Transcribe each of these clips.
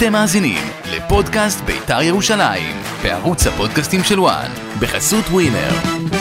אתם מאזינים לפודקאסט בית"ר ירושלים, בערוץ הפודקאסטים של וואן, בחסות ווינר.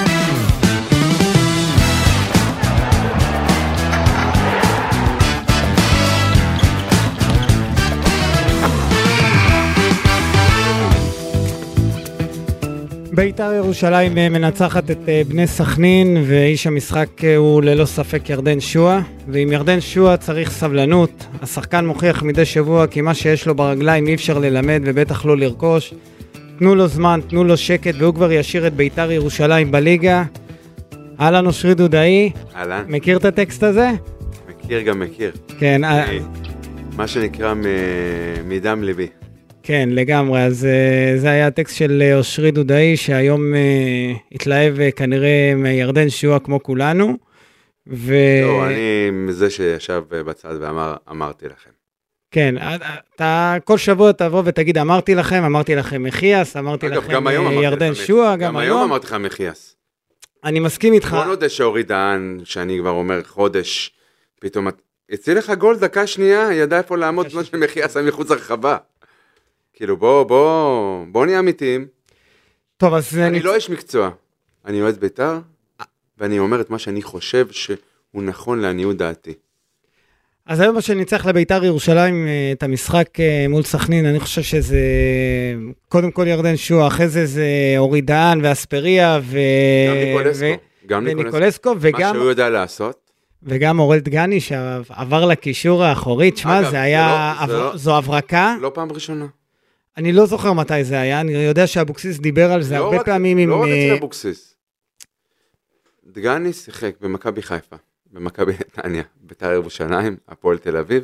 בית"ר ירושלים מנצחת את בני סכנין, ואיש המשחק הוא ללא ספק ירדן שועה, ועם ירדן שועה צריך סבלנות. השחקן מוכיח מדי שבוע כי מה שיש לו ברגליים אי אפשר ללמד ובטח לא לרכוש. תנו לו זמן, תנו לו שקט, והוא כבר ישאיר את בית"ר ירושלים בליגה. אהלן אושרי דודאי. אהלן. מכיר את הטקסט הזה? מכיר גם מכיר. כן. מה שנקרא מדם ליבי. כן, לגמרי. אז זה היה הטקסט של אושרי דודאי, שהיום התלהב כנראה מירדן שועה כמו כולנו. לא, אני מזה שישב בצד ואמרתי לכם. כן, אתה כל שבוע תבוא ותגיד, אמרתי לכם מחיאס, אמרתי לכם ירדן שועה, גם היום אמרתי לך מחיאס. אני מסכים איתך. בוא נודה שאורי דהן, שאני כבר אומר חודש, פתאום יצא לך גול דקה שנייה, ידע איפה לעמוד כמו שמחיאס היה מחוץ הרחבה. כאילו בוא נהיה אמיתיים. טוב, אז אני לא איש מקצוע, אני אוהד בית"ר, ואני אומר את מה שאני חושב שהוא נכון לעניות דעתי. אז היום שניצח לבית"ר ירושלים את המשחק מול סכנין, אני חושב שזה קודם כל ירדן שועה, אחרי זה אורי דהן ואספריה גם ניקולסקו, מה שהוא יודע לעשות. וגם אורל דגני שעבר לקישור האחורי, תשמע, זה היה, זו הברקה. לא פעם ראשונה. אני לא זוכר מתי זה היה, אני יודע שאבוקסיס דיבר על זה הרבה פעמים עם... לא רק אצל אבוקסיס. דגני שיחק במכבי חיפה, במכבי נתניה, בית"ר ירושלים, הפועל תל אביב.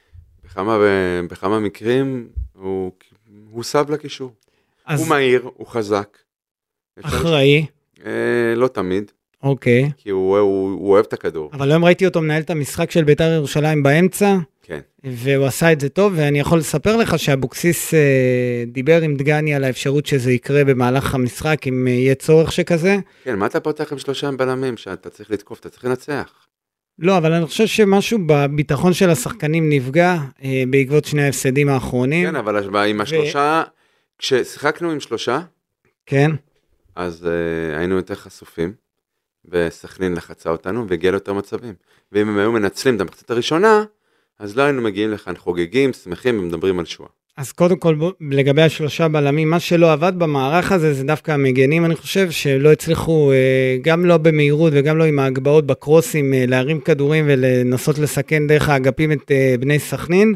בכמה מקרים הוא סב לקישור. הוא מהיר, הוא חזק. אחראי. לא תמיד. אוקיי. כי הוא אוהב את הכדור. אבל היום ראיתי אותו מנהל את המשחק של בית"ר ירושלים באמצע. כן. והוא עשה את זה טוב, ואני יכול לספר לך שאבוקסיס דיבר עם דגני על האפשרות שזה יקרה במהלך המשחק, אם יהיה צורך שכזה. כן, מה אתה פותח עם 3 בלמים שאתה צריך לתקוף, אתה צריך לנצח? לא, אבל אני חושב שמשהו בביטחון של השחקנים נפגע בעקבות שני ההפסדים האחרונים. כן, אבל עם השלושה, כששיחקנו עם 3, כן. אז היינו יותר חשופים, וסכנין לחצה אותנו, והגיע ליותר מצבים. ואם הם היו מנצלים את המחצית הראשונה, אז לא היינו מגיעים לכאן חוגגים, שמחים ומדברים על שועה. אז קודם כל, לגבי 3 בלמים, מה שלא עבד במערך הזה, זה דווקא המגנים, אני חושב, שלא הצליחו, גם לא במהירות וגם לא עם ההגבהות בקרוסים, להרים כדורים ולנסות לסכן דרך האגפים את בני סכנין,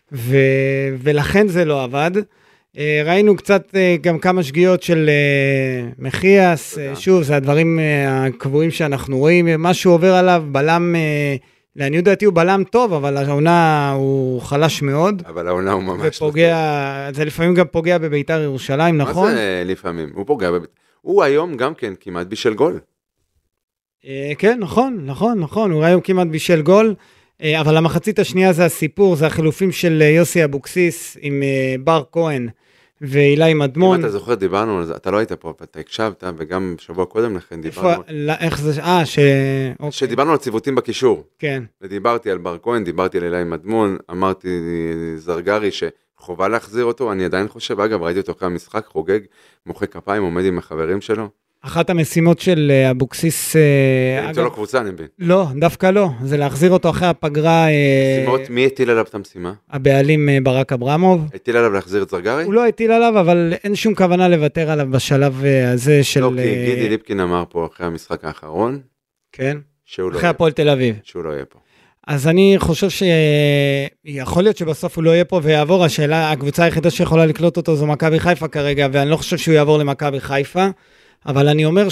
ולכן זה לא עבד. ראינו קצת גם כמה שגיאות של מחיאס, שוב, זה הדברים הקבועים שאנחנו רואים, משהו עובר עליו, בלם... לעניות דעתי הוא בלם טוב, אבל העונה הוא חלש מאוד. אבל העונה הוא ממש ופוגע, זה לפעמים גם פוגע בבית"ר ירושלים, נכון? מה זה לפעמים? הוא פוגע הוא היום גם כן כמעט בישל גול. כן, נכון. הוא היום כמעט בישל גול, אבל המחצית השנייה זה הסיפור, זה החילופים של יוסי אבוקסיס עם בר כהן ואילי מדמון. אם אתה זוכר, דיברנו על זה, אתה לא היית פה, אתה הקשבת, וגם שבוע קודם לכן דיברנו. איך זה, שדיברנו על ציוותים בקישור. כן. ודיברתי על בר כהן, דיברתי על אילי מדמון, אמרתי זרגרי שחובה להחזיר אותו, אני עדיין חושב, אגב, ראיתי אותו אחרי המשחק, חוגג, מוחא כפיים, עומד עם החברים שלו. אחת המשימות של אבוקסיס... זה לא קבוצה, אני מבין. לא, דווקא לא. זה להחזיר אותו אחרי הפגרה... משימות, מי הטיל עליו את המשימה? הבעלים ברק אברמוב. הטיל עליו להחזיר את זרגרי? הוא לא הטיל עליו, אבל אין שום כוונה לוותר עליו בשלב הזה של... לא, כי גידי ליפקין אמר פה אחרי המשחק האחרון... כן. אחרי הפועל תל אביב. שהוא לא יהיה פה. אז אני חושב שיכול להיות שבסוף הוא לא יהיה פה ויעבור. השאלה, הקבוצה היחידה שיכולה לקלוט אותו זו מכבי חיפה כרגע, ואני לא חושב שהוא יעבור למכבי חיפה. אבל אני אומר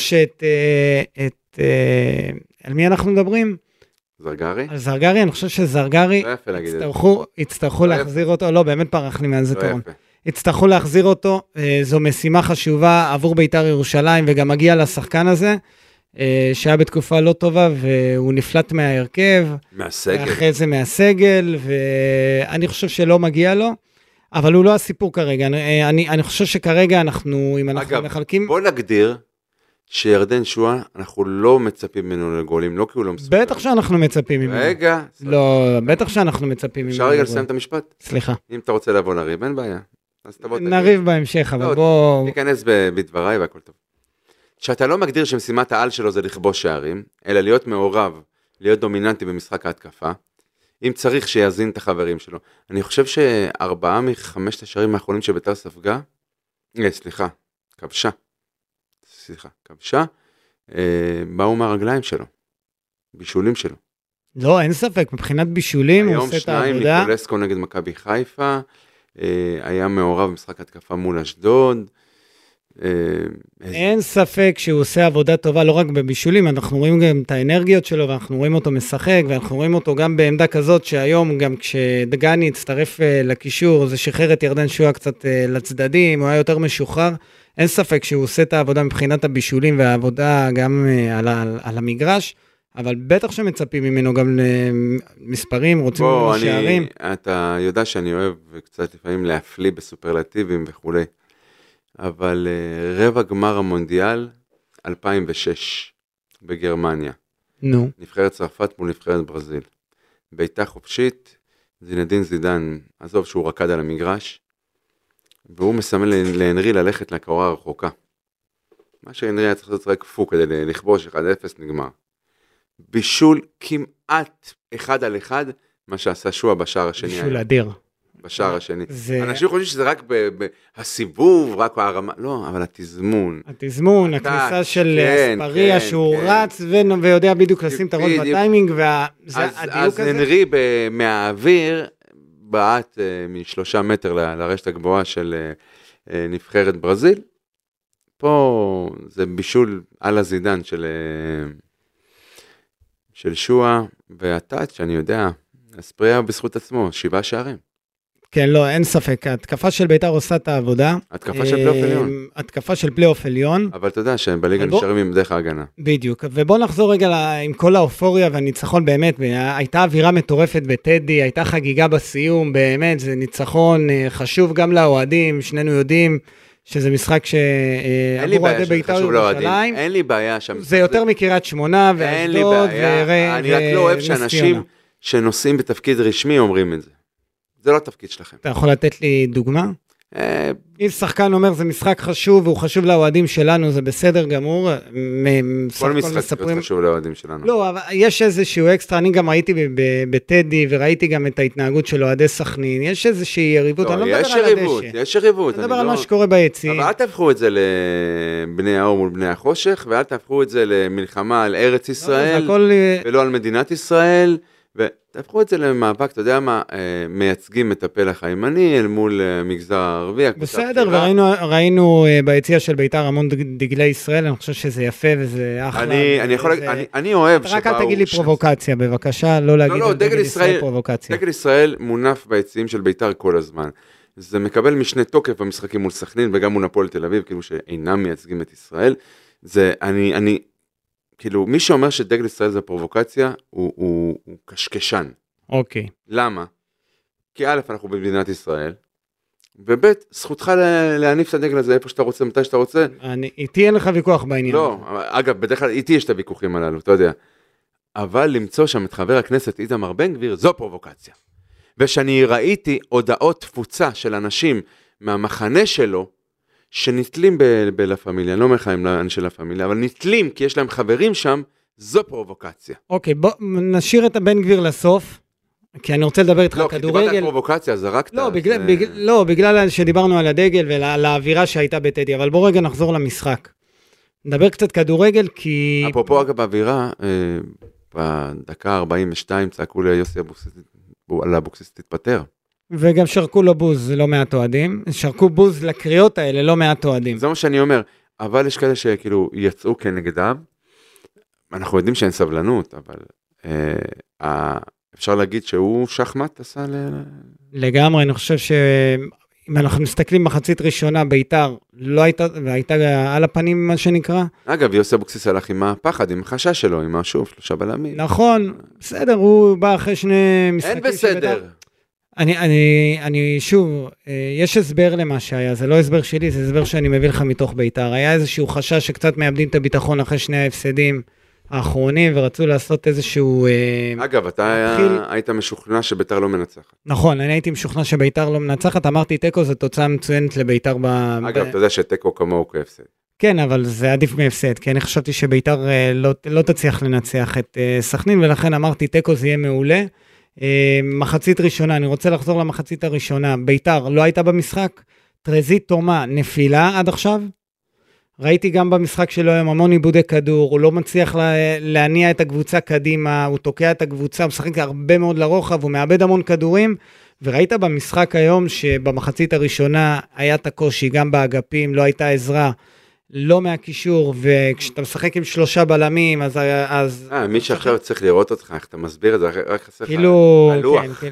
על מי אנחנו מדברים? זרגרי? על זרגרי, אני חושב שזרגרי יצטרכו להחזיר אותו, לא, באמת פרח לי מהזיכרון. יצטרכו להחזיר אותו, זו משימה חשובה עבור בית"ר ירושלים, וגם מגיע לשחקן הזה, שהיה בתקופה לא טובה, והוא נפלט מההרכב. מהסגל. ואחרי זה מהסגל, ואני חושב שלא מגיע לו. אבל הוא לא הסיפור כרגע, אני חושב שכרגע אנחנו, אם אנחנו מחלקים... בוא נגדיר שירדן שואה, אנחנו לא מצפים ממנו לגולים, לא כי הוא לא מסוגל. בטח שאנחנו מצפים ממנו. רגע. לא, בטח שאנחנו מצפים ממנו. אפשר רגע לסיים את המשפט? סליחה. אם אתה רוצה לבוא לריב, אין בעיה. נריב בהמשך, אבל בוא... ניכנס בדבריי והכל טוב. שאתה לא מגדיר שמשימת העל שלו זה לכבוש שערים, אלא להיות מעורב, להיות דומיננטי במשחק ההתקפה, אם צריך שיזין את החברים שלו. אני חושב ש4 מ5 השערים האחרונים שביתר ספגה, כבשה, באו מהרגליים שלו, בישולים שלו. לא, אין ספק, מבחינת בישולים הוא עושה את העבודה. היום 2 ניקולסקו נגד מכבי חיפה, היה מעורב במשחק התקפה מול אשדוד. אין ספק שהוא עושה עבודה טובה, לא רק בבישולים, אנחנו רואים גם את האנרגיות שלו, ואנחנו רואים אותו משחק, ואנחנו רואים אותו גם בעמדה כזאת, שהיום גם כשדגני הצטרף לקישור, זה שחרר את ירדן שואה קצת לצדדים, הוא היה יותר משוחרר, אין ספק שהוא עושה את העבודה מבחינת הבישולים, והעבודה גם על המגרש, אבל בטח שמצפים ממנו גם למספרים, רוצים ממנו שערים. אתה יודע שאני אוהב קצת לפעמים להפליא בסופרלטיבים וכו'. אבל רבע גמר המונדיאל 2006 בגרמניה. נו. נבחרת צרפת מול נבחרת ברזיל. בעיטה חופשית, זינדין זידן, עזוב שהוא רקד על המגרש, והוא מסמן להנרי ללכת לקורה הרחוקה. מה שהנרי היה צריך לעשות רק פוק כדי לכבוש 1-0 נגמר. בישול כמעט 1 על 1, מה שעשה שואה בשער השני. בישול אדיר. בשער השני. אנשים חושבים שזה רק הסיבוב, רק הרמה, לא, אבל התזמון. התזמון, הכניסה של אספריה, שהוא רץ ויודע בדיוק לשים את הראש בטיימינג, אז הנרי מהאוויר, בעט מ3 מטר לרשת הגבוהה של נבחרת ברזיל, פה זה בישול על הזידן של שואה, והטאץ' שאני יודע, אספריה בזכות עצמו, 7 שערים. כן, לא, אין ספק. התקפה של ביתר עושה את העבודה. התקפה של פלייאוף עליון. התקפה של פלייאוף עליון. אבל אתה יודע שבליגה נשארים עם דרך ההגנה. בדיוק. ובוא נחזור רגע עם כל האופוריה והניצחון באמת. הייתה אווירה מטורפת בטדי, הייתה חגיגה בסיום, באמת, זה ניצחון חשוב גם לאוהדים, שנינו יודעים שזה משחק שעבור אוהדי ביתר ירושלים. אין לי בעיה שם. זה יותר מקריית שמונה ואשדוד אני רק לא אוהב שאנשים שנוסעים בתפקיד רשמי אומרים את זה. זה לא התפקיד שלכם. אתה יכול לתת לי דוגמה? אם שחקן אומר, זה משחק חשוב, והוא חשוב לאוהדים שלנו, זה בסדר גמור. כל משחק חשוב לאוהדים שלנו. לא, אבל יש איזשהו אקסטרה, אני גם ראיתי בטדי, וראיתי גם את ההתנהגות של אוהדי סכנין, יש איזושהי יריבות, אני לא מדבר על הדשא. יש יריבות. אני מדבר על מה שקורה ביציע. אבל אל תהפכו את זה לבני האור מול בני החושך, ואל תהפכו את זה למלחמה על ארץ ישראל, ולא על מדינת ישראל, ותהפכו את זה למאבק, אתה יודע מה, מייצגים את הפלח הימני אל מול מגזר הערבי. בסדר, וראינו ביציאה של ביתר המון דגלי ישראל, אני חושב שזה יפה וזה אחלה. אני אוהב רק אל תגיד לי פרובוקציה, בבקשה, לא להגיד דגל ישראל פרובוקציה. דגל ישראל מונף ביציאים של ביתר כל הזמן. זה מקבל משנה תוקף במשחקים מול סכנין וגם מול הפועל תל אביב, כאילו שאינם מייצגים את ישראל. כאילו, מי שאומר שדגל ישראל זה פרובוקציה, הוא קשקשן. אוקיי. למה? כי א', אנחנו במדינת ישראל, וב', זכותך להניף את הדגל הזה איפה שאתה רוצה, מתי שאתה רוצה. איתי אין לך ויכוח בעניין. לא, אגב, בדרך כלל איתי יש את הוויכוחים הללו, אתה יודע. אבל למצוא שם את חבר הכנסת איתמר בן גביר, זו פרובוקציה. ושאני ראיתי הודעות תפוצה של אנשים מהמחנה שלו, שנטלים בלה פמיליה, לא מחיים לאנשי לה פמיליה, אבל נטלים כי יש להם חברים שם, זו פרובוקציה. אוקיי, בוא נשאיר את הבן גביר לסוף, כי אני רוצה לדבר איתך כדורגל. לא, כי דיברת על פרובוקציה, זרקת. לא, בגלל שדיברנו על הדגל ועל האווירה שהייתה בטדי, אבל בוא רגע נחזור למשחק. נדבר קצת כדורגל, כי... אפרופו אגב האווירה, בדקה 42 צעקו ליוסי אבוקסיס תתפטר. וגם שרקו לו בוז, לא מעט אוהדים. שרקו בוז לקריאות האלה, לא מעט אוהדים. זה מה שאני אומר, אבל יש כאלה שכאילו יצאו כנגדם, אנחנו יודעים שאין סבלנות, אבל אפשר להגיד שהוא שחמט עשה לגמרי, אני חושב שאם אנחנו מסתכלים מחצית ראשונה ביתר, לא הייתה על הפנים מה שנקרא. אגב, יוסי אבוקסיס הלך עם הפחד, עם החשש שלו, עם שוב 3 בלמים. נכון, בסדר, הוא בא אחרי 2 משחקים. אין בסדר. אני שוב, יש הסבר למה שהיה, זה לא הסבר שלי, זה הסבר שאני מביא לך מתוך ביתר. היה איזשהו חשש שקצת מאבדים את הביטחון אחרי שני ההפסדים האחרונים, ורצו לעשות איזשהו... אגב, אתה היית משוכנע שביתר לא מנצחת. נכון, אני הייתי משוכנע שביתר לא מנצחת, אמרתי תיקו זו תוצאה מצוינת לביתר אגב, אתה יודע שתיקו כמוהו כהפסד. כן, אבל זה עדיף מהפסד, כי אני חשבתי שביתר לא תצליח לנצח את סכנין, ולכן אמרתי תיקו זה יהיה מעולה. מחצית ראשונה, אני רוצה לחזור למחצית הראשונה, ביתר לא הייתה במשחק, טרזית תומה נפילה עד עכשיו, ראיתי גם במשחק שלו היום המון עיבודי כדור, הוא לא מצליח להניע את הקבוצה קדימה, הוא תוקע את הקבוצה, הוא משחק הרבה מאוד לרוחב, הוא מאבד המון כדורים, וראית במשחק היום שבמחצית הראשונה היה את הקושי, גם באגפים, לא הייתה עזרה, לא מהקישור, וכשאתה משחק עם 3 בלמים, אז... מי שאחר צריך לראות אותך, איך אתה מסביר את זה, רק חסר לך הלוח.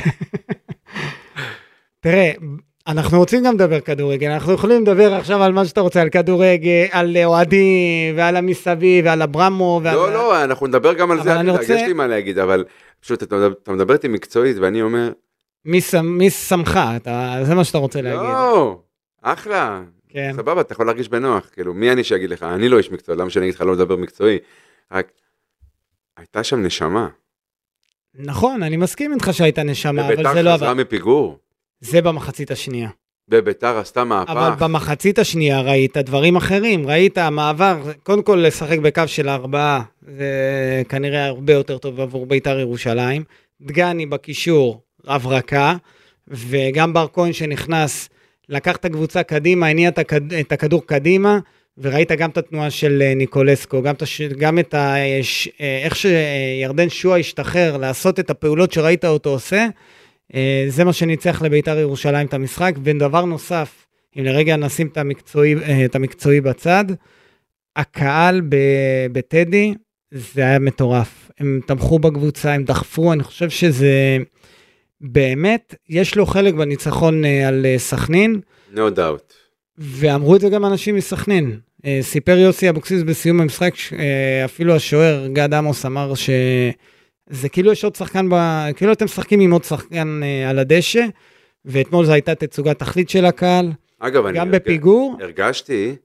תראה, אנחנו רוצים גם לדבר כדורגל, אנחנו יכולים לדבר עכשיו על מה שאתה רוצה, על כדורגל, על אוהדים, ועל המסביב, ועל אברמו, לא, אנחנו נדבר גם על זה, יש לי מה להגיד, אבל פשוט אתה מדבר איתי מקצועית, ואני אומר... מי שמחה, זה מה שאתה רוצה להגיד. לא, אחלה. כן. סבבה, אתה יכול להרגיש בנוח, כאילו, מי אני שיגיד לך? אני לא איש מקצוע, למה שאני אגיד לך לא לדבר מקצועי? רק, הייתה שם נשמה. נכון, אני מסכים איתך שהייתה נשמה, אבל זה לא... וביתר חזרה מפיגור. זה במחצית השנייה. בביתר עשתה מהפך. אבל במחצית השנייה ראית דברים אחרים, ראית המעבר, קודם כל לשחק בקו של 4, זה כנראה הרבה יותר טוב עבור ביתר ירושלים, דגני בקישור, הברקה, וגם בר כהן שנכנס... לקח את הקבוצה קדימה, הניע את הכדור קדימה, וראית גם את התנועה של ניקולסקו, גם את איך שירדן שועה השתחרר, לעשות את הפעולות שראית אותו עושה, זה מה שניצח לביתר ירושלים את המשחק, ודבר נוסף, אם לרגע נשים את המקצועי בצד, הקהל בטדי, זה היה מטורף, הם תמכו בקבוצה, הם דחפו, אני חושב שזה... באמת, יש לו חלק בניצחון על סכנין. No doubt. ואמרו את זה גם אנשים מסכנין. סיפר יוסי אבוקסיס בסיום המשחק, אפילו השוער גד עמוס אמר שזה כאילו יש עוד שחקן, כאילו אתם משחקים עם עוד שחקן על הדשא, ואתמול זו הייתה תצוגת תכלית של הקהל. אגב, גם בפיגור. הרגשתי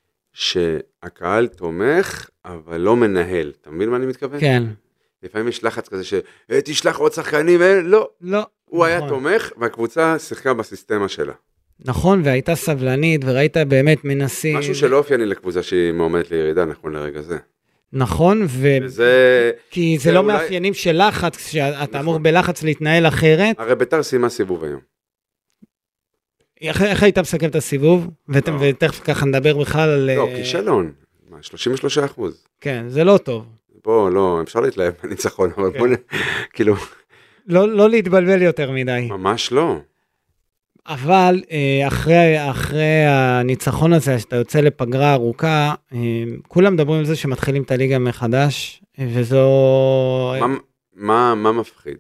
שהקהל תומך, אבל לא מנהל. אתה מבין מה אני מתכוון? כן. לפעמים יש לחץ כזה שתשלח עוד שחקנים, לא. לא. הוא היה תומך, והקבוצה שיחקה בסיסטמה שלה. נכון, והייתה סבלנית, וראית באמת מנסים. משהו שלא אופייני לקבוצה שהיא מעומדת לירידה, נכון לרגע זה. נכון, כי זה לא מאפיינים של לחץ, שאתה אמור בלחץ להתנהל אחרת. הרי ביתר סיימה סיבוב היום. איך היית מסכם את הסיבוב? ותכף ככה נדבר בכלל על... לא, כישלון. 33%. כן, זה לא טוב. בוא, לא, אפשר להתלהב בניצחון, אבל בוא, כאילו... לא להתבלבל יותר מדי. ממש לא. אבל אחרי הניצחון הזה, שאתה יוצא לפגרה ארוכה, כולם מדברים על זה שמתחילים את הליגה מחדש, וזו... מה מפחיד?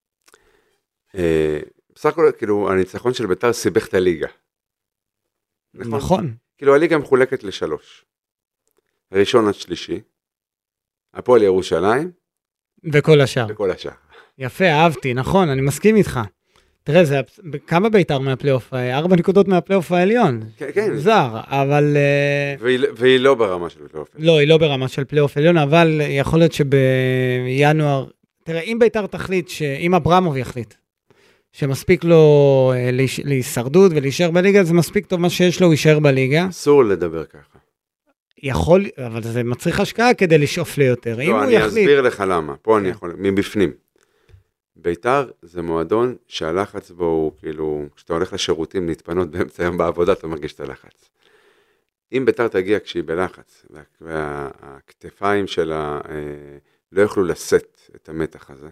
בסך הכל, כאילו, הניצחון של ביתר סיבך את הליגה. נכון. כאילו, הליגה מחולקת ל3. ראשון עד שלישי, הפועל ירושלים. וכל השאר. וכל השאר. יפה, אהבתי, נכון, אני מסכים איתך. תראה, זה כמה ביתר מהפלייאוף, 4 נקודות מהפלייאוף העליון. כן, כן. זר, אבל... והיא לא ברמה של פלייאוף. לא, היא לא ברמה של פלייאוף עליון, אבל יכול להיות שבינואר... תראה, אם ביתר תחליט, אם אברמוב יחליט, שמספיק לו להישרדות ולהישאר בליגה, זה מספיק טוב מה שיש לו, הוא יישאר בליגה. אסור לדבר ככה. יכול, אבל זה מצריך השקעה כדי לשאוף ליותר. לא, אני אסביר לך למה. פה אני יכול, מבפנים. ביתר זה מועדון שהלחץ בו הוא כאילו, כשאתה הולך לשירותים להתפנות באמצע היום בעבודה, אתה מרגיש את הלחץ. אם ביתר תגיע כשהיא בלחץ, והכתפיים שלה לא יוכלו לשאת את המתח הזה,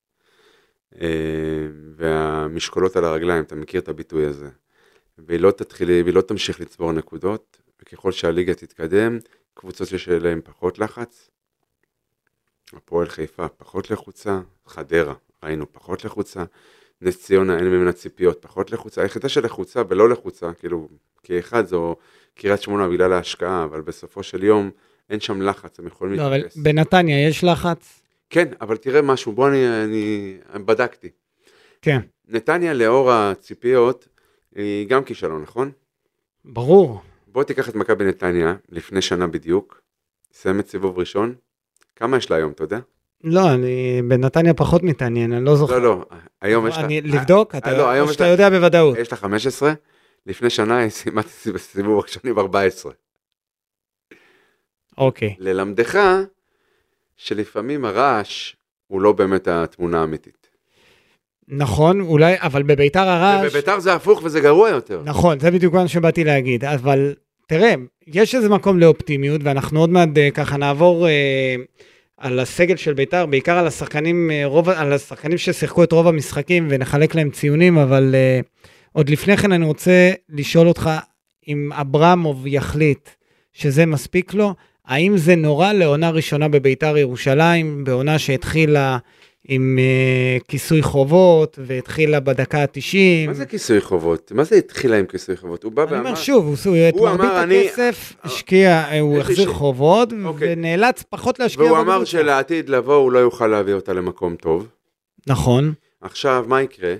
והמשקולות על הרגליים, אתה מכיר את הביטוי הזה, והיא לא תמשיך לצבור נקודות, וככל שהליגה תתקדם, קבוצות שיש אליהן פחות לחץ, הפועל חיפה פחות לחוצה, חדרה ראינו פחות לחוצה, נס ציונה אין ממנה ציפיות פחות לחוצה, היחידה של לחוצה ולא לחוצה, כאילו כאחד זו קריית שמונה בגלל ההשקעה, אבל בסופו של יום אין שם לחץ, הם יכולים להתפס. אבל בנתניה יש לחץ? כן, אבל תראה משהו, בוא אני בדקתי. כן, נתניה לאור הציפיות, היא גם כישלון, נכון? ברור. בוא תיקח את מכבי נתניה, לפני שנה בדיוק, סיימת סיבוב ראשון, כמה יש לה היום, אתה יודע? לא, אני בנתניה פחות מתעניין, אני לא זוכר. לא, היום יש לה... לבדוק? או שאתה יודע בוודאות. יש לה 15, לפני שנה היא סיימת סיבוב ראשון עם 14. אוקיי. ללמדך שלפעמים הרעש הוא לא באמת התמונה האמיתית. נכון, אולי, אבל בביתר הרעש... ובביתר זה הפוך וזה גרוע יותר. נכון, זה בדיוק מה שבאתי להגיד, אבל תראה, יש איזה מקום לאופטימיות, ואנחנו עוד מעט ככה נעבור על הסגל של ביתר, בעיקר על השחקנים ששיחקו את רוב המשחקים, ונחלק להם ציונים, אבל עוד לפני כן אני רוצה לשאול אותך, אם אברמוב יחליט שזה מספיק לו, האם זה נורא לעונה ראשונה בביתר ירושלים, בעונה שהתחילה עם כיסוי חובות, והתחילה בדקה ה-90. מה זה כיסוי חובות? מה זה התחילה עם כיסוי חובות? הוא בא ואמר... אני אומר שוב, הוא מרבית הכסף, השקיע, הוא החזיר חובות, ונאלץ פחות להשקיע. והוא אמר שלעתיד לבוא הוא לא יוכל להביא אותה למקום טוב. נכון. עכשיו, מה יקרה?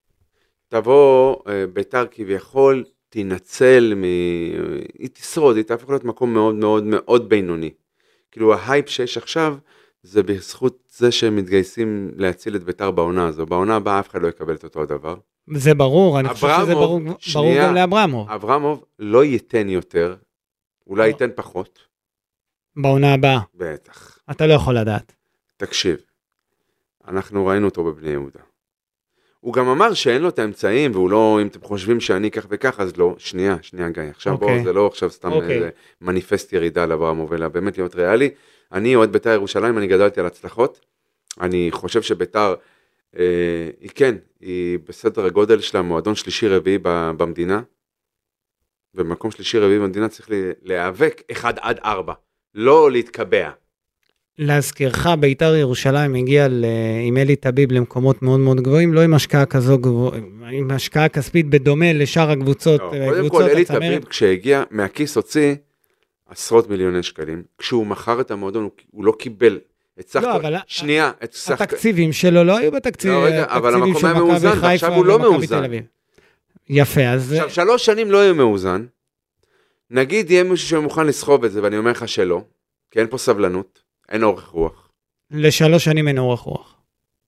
תבוא ביתר כביכול, תנצל, היא תשרוד, היא תהפוך להיות מקום מאוד מאוד מאוד בינוני. כאילו ההייפ שיש עכשיו, זה בזכות זה שהם מתגייסים להציל את ביתר בעונה הזו. בעונה הבאה אף אחד לא יקבל את אותו הדבר. זה ברור, אני חושב שזה ברור גם לאברמוב. אברמוב לא ייתן יותר, אולי ייתן פחות. בעונה הבאה. בטח. אתה לא יכול לדעת. תקשיב, אנחנו ראינו אותו בבני יהודה. הוא גם אמר שאין לו את האמצעים, והוא לא, אם אתם חושבים שאני כך וכך, אז לא, שנייה גיא. עכשיו בואו, זה לא עכשיו סתם מניפסט ירידה לאברמוב, אלא באמת להיות ריאלי. אני אוהד ביתר ירושלים, אני גדלתי על הצלחות. אני חושב שביתר, היא כן, היא בסדר הגודל של המועדון שלישי רביעי במדינה. במקום שלישי רביעי במדינה צריך להיאבק 1-4, לא להתקבע. להזכירך, ביתר ירושלים הגיע עם אלי טביב למקומות מאוד מאוד גבוהים, לא עם השקעה כזו גבוהה, עם השקעה כספית בדומה לשאר הקבוצות. קודם כל, אלי טביב כשהגיע מהכיס הוציא עשרות מיליוני שקלים, כשהוא מכר את המועדון הוא לא קיבל את סך שנייה, התקציבים שלו לא היו בתקציבים אבל המקום היה מאוזן, ועכשיו הוא לא מאוזן. יפה, אז... עכשיו 3 שנים לא יהיה מאוזן, נגיד יהיה מישהו שמוכן לסחוב את זה, ואני אומר לך שלא, כי אין פה סבלנות, אין אורך רוח. ל3 שנים אין אורך רוח.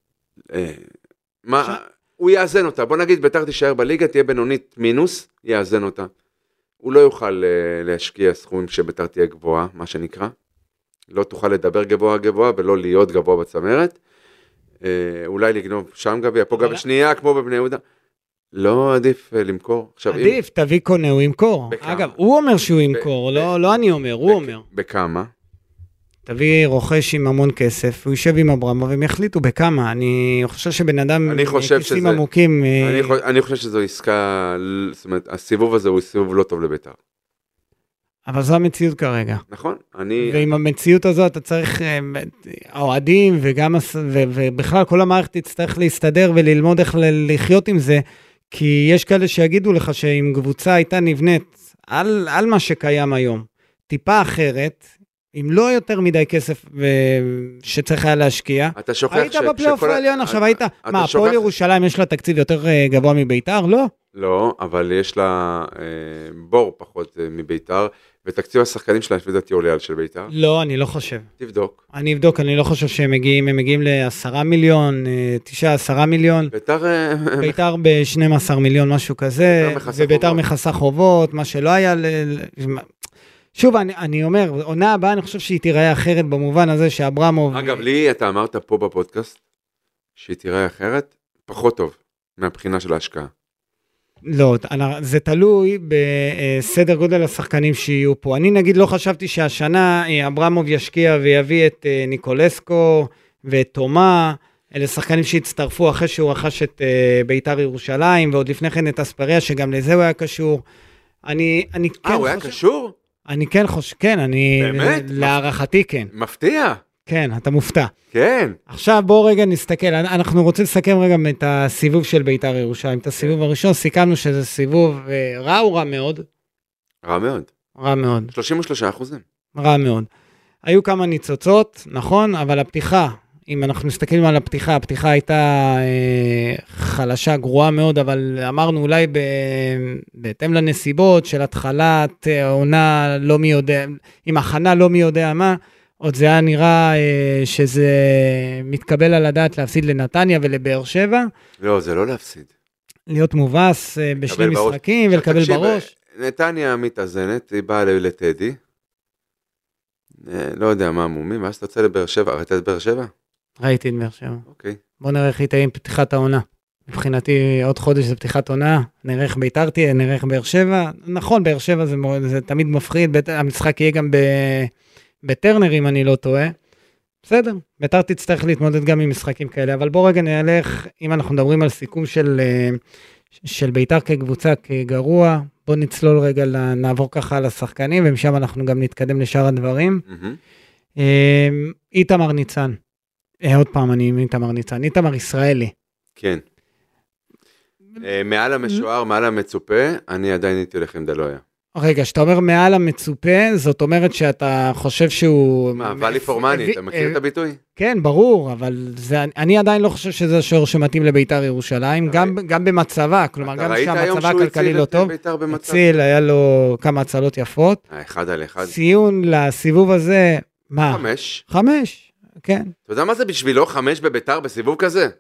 הוא יאזן אותה, בוא נגיד ביתר תישאר בליגה, תהיה בינונית מינוס, יאזן אותה. הוא לא יוכל להשקיע סכומים שביתר תהיה גבוהה, מה שנקרא. לא תוכל לדבר גבוה ולא להיות גבוה בצמרת. אולי לגנוב שם גביע, פה גביע שנייה כמו בבני יהודה. לא עדיף למכור. עדיף, תביא קונה, הוא ימכור. אגב, הוא אומר שהוא ימכור, לא אני אומר, הוא אומר. בכמה? תביא רוכש עם המון כסף, הוא יושב עם אברמוב, והם יחליטו בכמה. אני חושב שבן אדם כיסים עמוקים... אני חושב שזו עסקה, זאת אומרת, הסיבוב הזה הוא סיבוב לא טוב לביתר. אבל זו המציאות כרגע. נכון. ועם המציאות הזו אתה צריך, האוהדים ובכלל כל המערכת תצטרך להסתדר וללמוד איך לחיות עם זה, כי יש כאלה שיגידו לך שאם קבוצה הייתה נבנית על מה שקיים היום, טיפה אחרת, אם לא יותר מדי כסף שצריך היה להשקיע, היית בפלייאוף העליון עכשיו, היית, מה, הפועל ירושלים יש לה תקציב יותר גבוה מביתר? לא. לא, אבל יש לה בור פחות מביתר, ותקציב השחקנים שלה לפי דעתי עולה על של ביתר. לא, אני לא חושב. תבדוק. אני אבדוק, אני לא חושב שהם מגיעים, הם מגיעים ל10 מיליון, 9-10 מיליון. ביתר ב12 מיליון, משהו כזה, וביתר מכסה חובות, מה שלא היה שוב, אני אומר, עונה הבאה אני חושב שהיא תיראה אחרת במובן הזה שאברמוב... אגב, לי אתה אמרת פה בפודקאסט, שהיא תיראה אחרת, פחות טוב, מהבחינה של ההשקעה. לא, זה תלוי בסדר גודל השחקנים שיהיו פה. אני נגיד לא חשבתי שהשנה אברמוב ישקיע ויביא את ניקולסקו ואת תומה, אלה שחקנים שהצטרפו אחרי שהוא רכש את ביתר ירושלים, ועוד לפני כן את אספריה, שגם לזה הוא היה קשור. אני כן הוא היה קשור? אני כן חושב, כן, באמת? להערכתי כן. מפתיע. כן, אתה מופתע. כן. עכשיו בוא רגע נסתכל, אנחנו רוצים לסכם רגע את הסיבוב של ביתר ירושלים, את הסיבוב הראשון, סיכמנו שזה סיבוב רע או רע מאוד? רע מאוד. רע מאוד. 33%. רע מאוד. היו כמה ניצוצות, נכון, אבל הפתיחה אם אנחנו מסתכלים על הפתיחה, הפתיחה הייתה חלשה, גרועה מאוד, אבל אמרנו אולי בהתאם לנסיבות של התחלת עונה לא מי יודע, עם הכנה לא מי יודע מה, עוד זה היה נראה שזה מתקבל על הדעת להפסיד לנתניה ולבאר שבע. לא, זה לא להפסיד. להיות מובס בשני משחקים ולקבל בראש. נתניה מתאזנת, היא באה לטדי. לא יודע מה המומים, ואז אתה יוצא לבאר שבע, ראית את באר שבע? ראיתי את באר שבע. אוקיי. בוא נראה איך היא תהיה עם פתיחת העונה. מבחינתי עוד חודש זה פתיחת עונה, נראה איך ביתרתי, נראה איך באר שבע. נכון, באר שבע זה תמיד מפחיד, המשחק יהיה גם בטרנר אם אני לא טועה. בסדר, ביתר תצטרך להתמודד גם עם משחקים כאלה, אבל בוא רגע נלך, אם אנחנו מדברים על סיכום של ביתר כקבוצה כגרוע, בוא נצלול רגע, נעבור ככה על השחקנים, ומשם אנחנו גם נתקדם לשאר הדברים. איתמר ניצן, עוד פעם אני עם איתמר ניצן, איתמר ישראלי. כן. מעל המשוער, מעל המצופה, אני עדיין הייתי הולך עם דלויה. רגע, שאתה אומר מעל המצופה, זאת אומרת שאתה חושב שהוא... מה, ואלי פורמני, אתה מכיר את הביטוי? כן, ברור, אבל אני עדיין לא חושב שזה השוער שמתאים לביתר ירושלים, גם במצבה, כלומר, גם שהמצבה הכלכלי לא טוב, הציל, היה לו כמה הצלות יפות. 1-1. ציון לסיבוב הזה, מה? 5. 5, כן. אתה יודע מה זה בשבילו 5 בביתר בסיבוב כזה?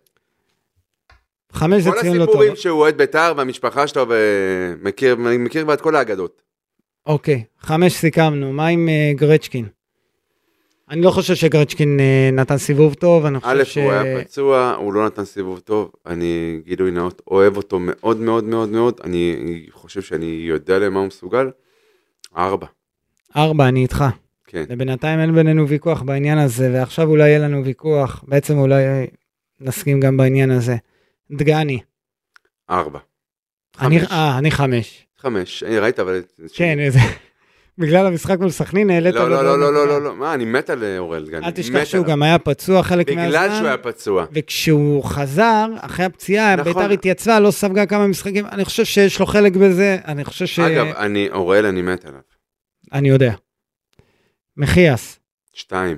5 זה ציון לא טוב. כל הסיפורים שהוא אוהד ביתר והמשפחה שלו, ומכיר בה את כל האגדות. אוקיי, 5 סיכמנו, מה עם גרצ'קין? אני לא חושב שגרצ'קין נתן סיבוב טוב, אני חושב א', הוא היה פצוע, הוא לא נתן סיבוב טוב, אני גילוי נאות, אוהב אותו מאוד מאוד מאוד מאוד, אני חושב שאני יודע למה הוא מסוגל. 4. 4, אני איתך. כן. ובינתיים אין בינינו ויכוח בעניין הזה, ועכשיו אולי יהיה לנו ויכוח, בעצם אולי נסכים גם בעניין הזה. דגני. 4. אני 5. 5, ראית אבל... כן, בגלל המשחק מול סכנין העלית... לא, מה, אני מת על אורל דגני. אל תשכח שהוא גם היה פצוע חלק מהזמן. בגלל שהוא היה פצוע. וכשהוא חזר, אחרי הפציעה, ביתר התייצבה, לא ספגה כמה משחקים, אני חושב שיש לו חלק בזה, אני חושב ש... אגב, אורל אני מת עליו. אני יודע. מחיאס. 2.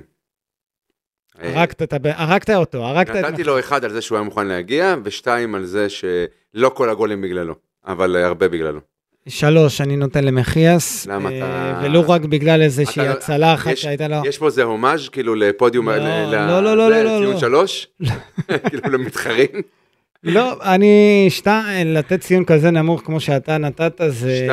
הרגת אותו, נתתי לו 1 על זה שהוא היה מוכן להגיע, ו2 על זה שלא כל הגולים בגללו, אבל הרבה בגללו. 3 אני נותן למחיאס, ולא רק בגלל איזושהי הצלה אחת שהייתה לו. יש פה זה הומאז' כאילו לפודיום, לא, ציון 3, כאילו למתחרים. לא, לתת ציון כזה נמוך כמו שאתה נתת,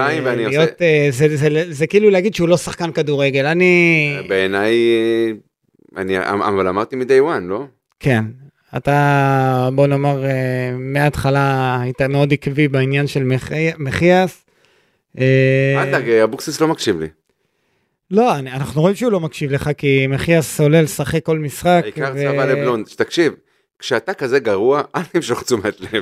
זה כאילו להגיד שהוא לא שחקן כדורגל, בעיניי, אבל אמרתי מדי וואן, לא? כן, אתה בוא נאמר, מההתחלה היית מאוד עקבי בעניין של מחיאס. אבוקסיס לא מקשיב לי. לא, אנחנו רואים שהוא לא מקשיב לך, כי מחיאס עולה לשחק כל משחק. העיקר צבא לבלונד, תקשיב, כשאתה כזה גרוע, אל תמשוך תשומת לב.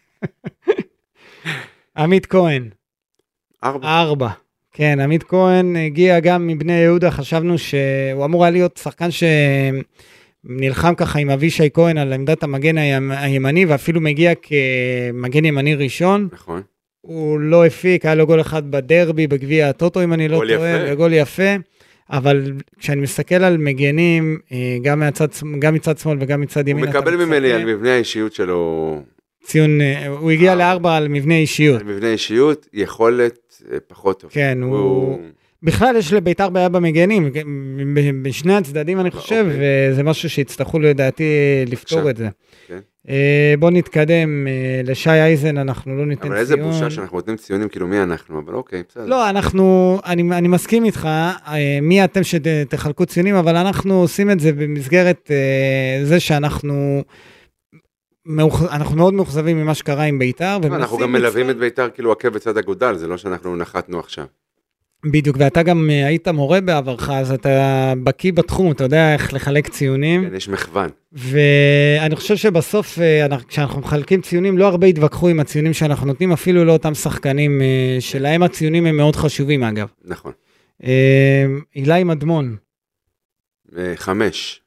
עמית כהן. 4. כן, עמית כהן הגיע גם מבני יהודה, חשבנו שהוא אמור היה להיות שחקן שנלחם ככה עם אבישי כהן על עמדת המגן הימני, ואפילו מגיע כמגן ימני ראשון. נכון. הוא לא הפיק, היה לו גול אחד בדרבי, בגביע הטוטו, אם אני לא טועה, גול יפה, אבל כשאני מסתכל על מגנים, גם מצד שמאל וגם מצד ימין, הוא מקבל ממני על מבנה האישיות שלו. ציון, הוא הגיע ל4 על מבנה אישיות. על מבנה אישיות, יכולת פחות טוב. כן, בכלל יש לביתר בעיה במגנים, בשני הצדדים אני חושב, וזה משהו שהצטרכו לדעתי לפתור את זה. בוא נתקדם, לשי אייזן אנחנו לא ניתן ציון. אבל איזה בושה שאנחנו נותנים ציונים, כאילו מי אנחנו, אבל אוקיי, בסדר. לא, אני מסכים איתך, מי אתם שתחלקו ציונים, אבל אנחנו עושים את זה במסגרת זה שאנחנו מאוד מאוכזבים ממה שקרה עם ביתר. אנחנו גם מלווים את ביתר כאילו עקב בצד אגודל, זה לא שאנחנו נחתנו עכשיו. בדיוק, ואתה גם היית מורה בעברך, אז אתה בקיא בתחום, אתה יודע איך לחלק ציונים. כן, יש מכוון. ואני חושב שבסוף, כשאנחנו מחלקים ציונים, לא הרבה התווכחו עם הציונים שאנחנו נותנים, אפילו לא אותם שחקנים שלהם הציונים הם מאוד חשובים, אגב. נכון. אילי מדמון. 5.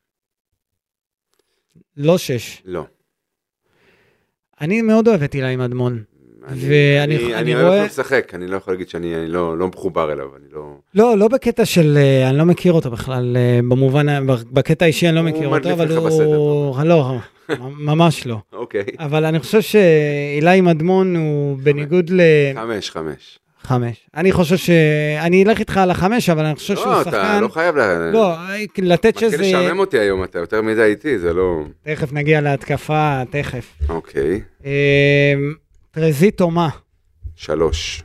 לא 6. לא. אני מאוד אוהב את אילי מדמון. אני לא יכול לשחק, אני לא יכול להגיד שאני לא מחובר אליו, אני לא... לא בקטע של, אני לא מכיר אותו בכלל, במובן, בקטע האישי אני לא מכיר אותו, אבל הוא... לא, ממש לא. אוקיי. אבל אני חושב שאילי מדמון הוא בניגוד ל... 5. אני חושב אני אלך איתך על 5, אבל אני חושב שהוא שחקן... לא, אתה לא חייב לתת שזה... מתחיל לשעמם אותי היום, אתה יותר מדי איתי, זה לא... תכף נגיע להתקפה, תכף. אוקיי. טרזי תומה. 3.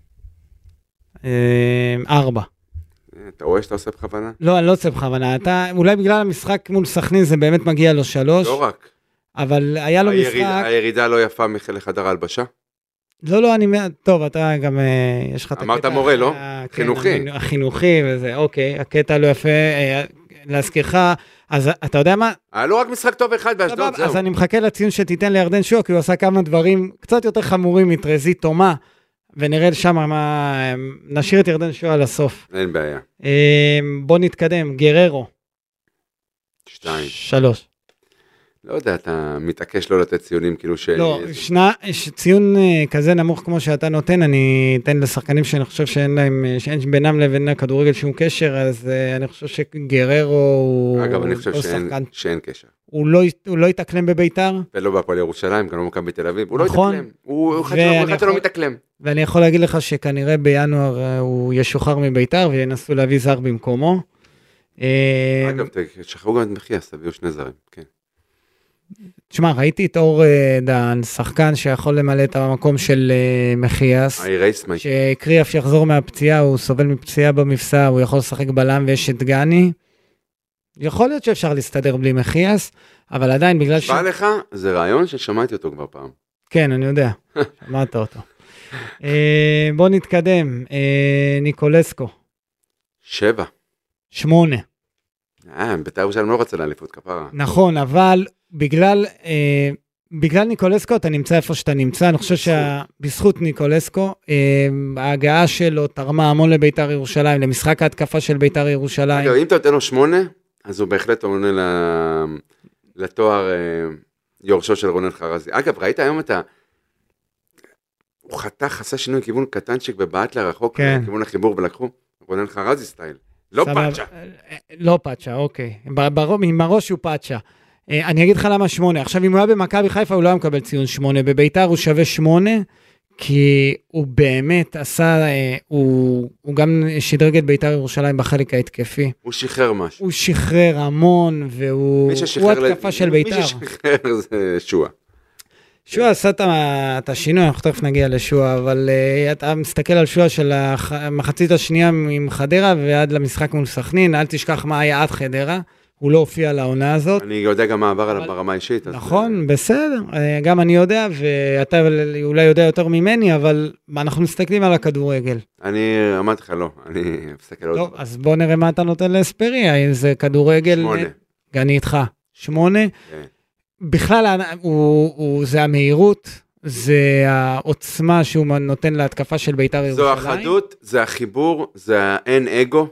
4. אתה רואה שאתה עושה בכוונה? לא, אני לא עושה בכוונה. אולי בגלל המשחק מול סכנין זה באמת מגיע לו 3. לא רק. אבל היה לו משחק... הירידה לא יפה לחדר ההלבשה? לא, טוב, אתה גם, יש לך את הקטע... אמרת מורה, לא? חינוכי. החינוכי וזה, אוקיי, הקטע לא יפה, להזכירך, אז אתה יודע מה? לא רק משחק טוב אחד באשדוד, זהו. אז אני מחכה לציון שתיתן לירדן שועה, כי הוא עשה כמה דברים קצת יותר חמורים מטרזי תומה, ונראה שם מה... נשאיר את ירדן שועה לסוף. אין בעיה. בוא נתקדם, גררו. 2. 3. לא יודע, אתה מתעקש לא לתת ציונים כאילו ש... לא, ציון כזה נמוך כמו שאתה נותן, אני אתן לשחקנים שאני חושב שאין בינם לבין הכדורגל שום קשר, אז אני חושב שגררו הוא... אגב, אני חושב שאין קשר. הוא לא יתאקלם בביתר. ולא בהפועל ירושלים, גם לא מכבי בתל אביב, הוא לא יתאקלם. הוא אחד שלא מתאקלם. ואני יכול להגיד לך שכנראה בינואר הוא ישוחרר מביתר, וינסו להביא זר במקומו. אגב, תשחררו גם את מחיאס, תביאו 2 זרים, כן. תשמע, ראיתי את אור דן, שחקן שיכול למלא את המקום של מחיאס, שקריאף שיחזור מהפציעה, הוא סובל מפציעה במפסע, הוא יכול לשחק בלם ויש את גני, יכול להיות שאפשר להסתדר בלי מחיאס, אבל עדיין בגלל בא לך, זה רעיון ששמעתי אותו כבר פעם. כן, אני יודע, שמעת אותו. בוא נתקדם, ניקולסקו. 7. 8. בית"ר ירושלים לא רוצה לאליפות כפרה. נכון, אבל בגלל ניקולסקו אתה נמצא איפה שאתה נמצא, אני חושב שבזכות ניקולסקו, ההגעה שלו תרמה המון לבית"ר ירושלים, למשחק ההתקפה של בית"ר ירושלים. אם אתה נותן לו 8, אז הוא בהחלט עונה לתואר יורשו של רונן חרזי. אגב, ראית היום הוא חתך, עשה שינוי כיוון קטנצ'יק בבעט לרחוק, כיוון החיבור ולקחו, רונן חרזי סטייל. לא פאצ'ה. לא פאצ'ה, אוקיי. עם הראש הוא פאצ'ה. אני אגיד לך למה 8. עכשיו, אם הוא היה במכבי חיפה, הוא לא היה מקבל ציון 8. בביתר הוא שווה 8, כי הוא באמת עשה, הוא גם שדרג את ביתר ירושלים בחלק ההתקפי. הוא שחרר משהו. הוא שחרר המון, והוא התקפה של ביתר. מי ששחרר זה שועה. שועה עשה את השינוי, אנחנו תכף נגיע לשועה, אבל אתה מסתכל על שועה של המחצית השנייה עם חדרה, ועד למשחק מול סכנין, אל תשכח מה היה עד חדרה, הוא לא הופיע לעונה הזאת. אני יודע גם מה עבר עליו ברמה האישית. נכון, בסדר, גם אני יודע, ואתה אולי יודע יותר ממני, אבל אנחנו מסתכלים על הכדורגל. אני אמרתי לך לא, אני מסתכל על... טוב, אז בוא נראה מה אתה נותן לאספריה, אם זה כדורגל... 8. אני איתך, 8. כן. בכלל, זה המהירות, זה העוצמה שהוא נותן להתקפה של בית"ר ירושלים. זו החדות, זה החיבור, זה האין אגו.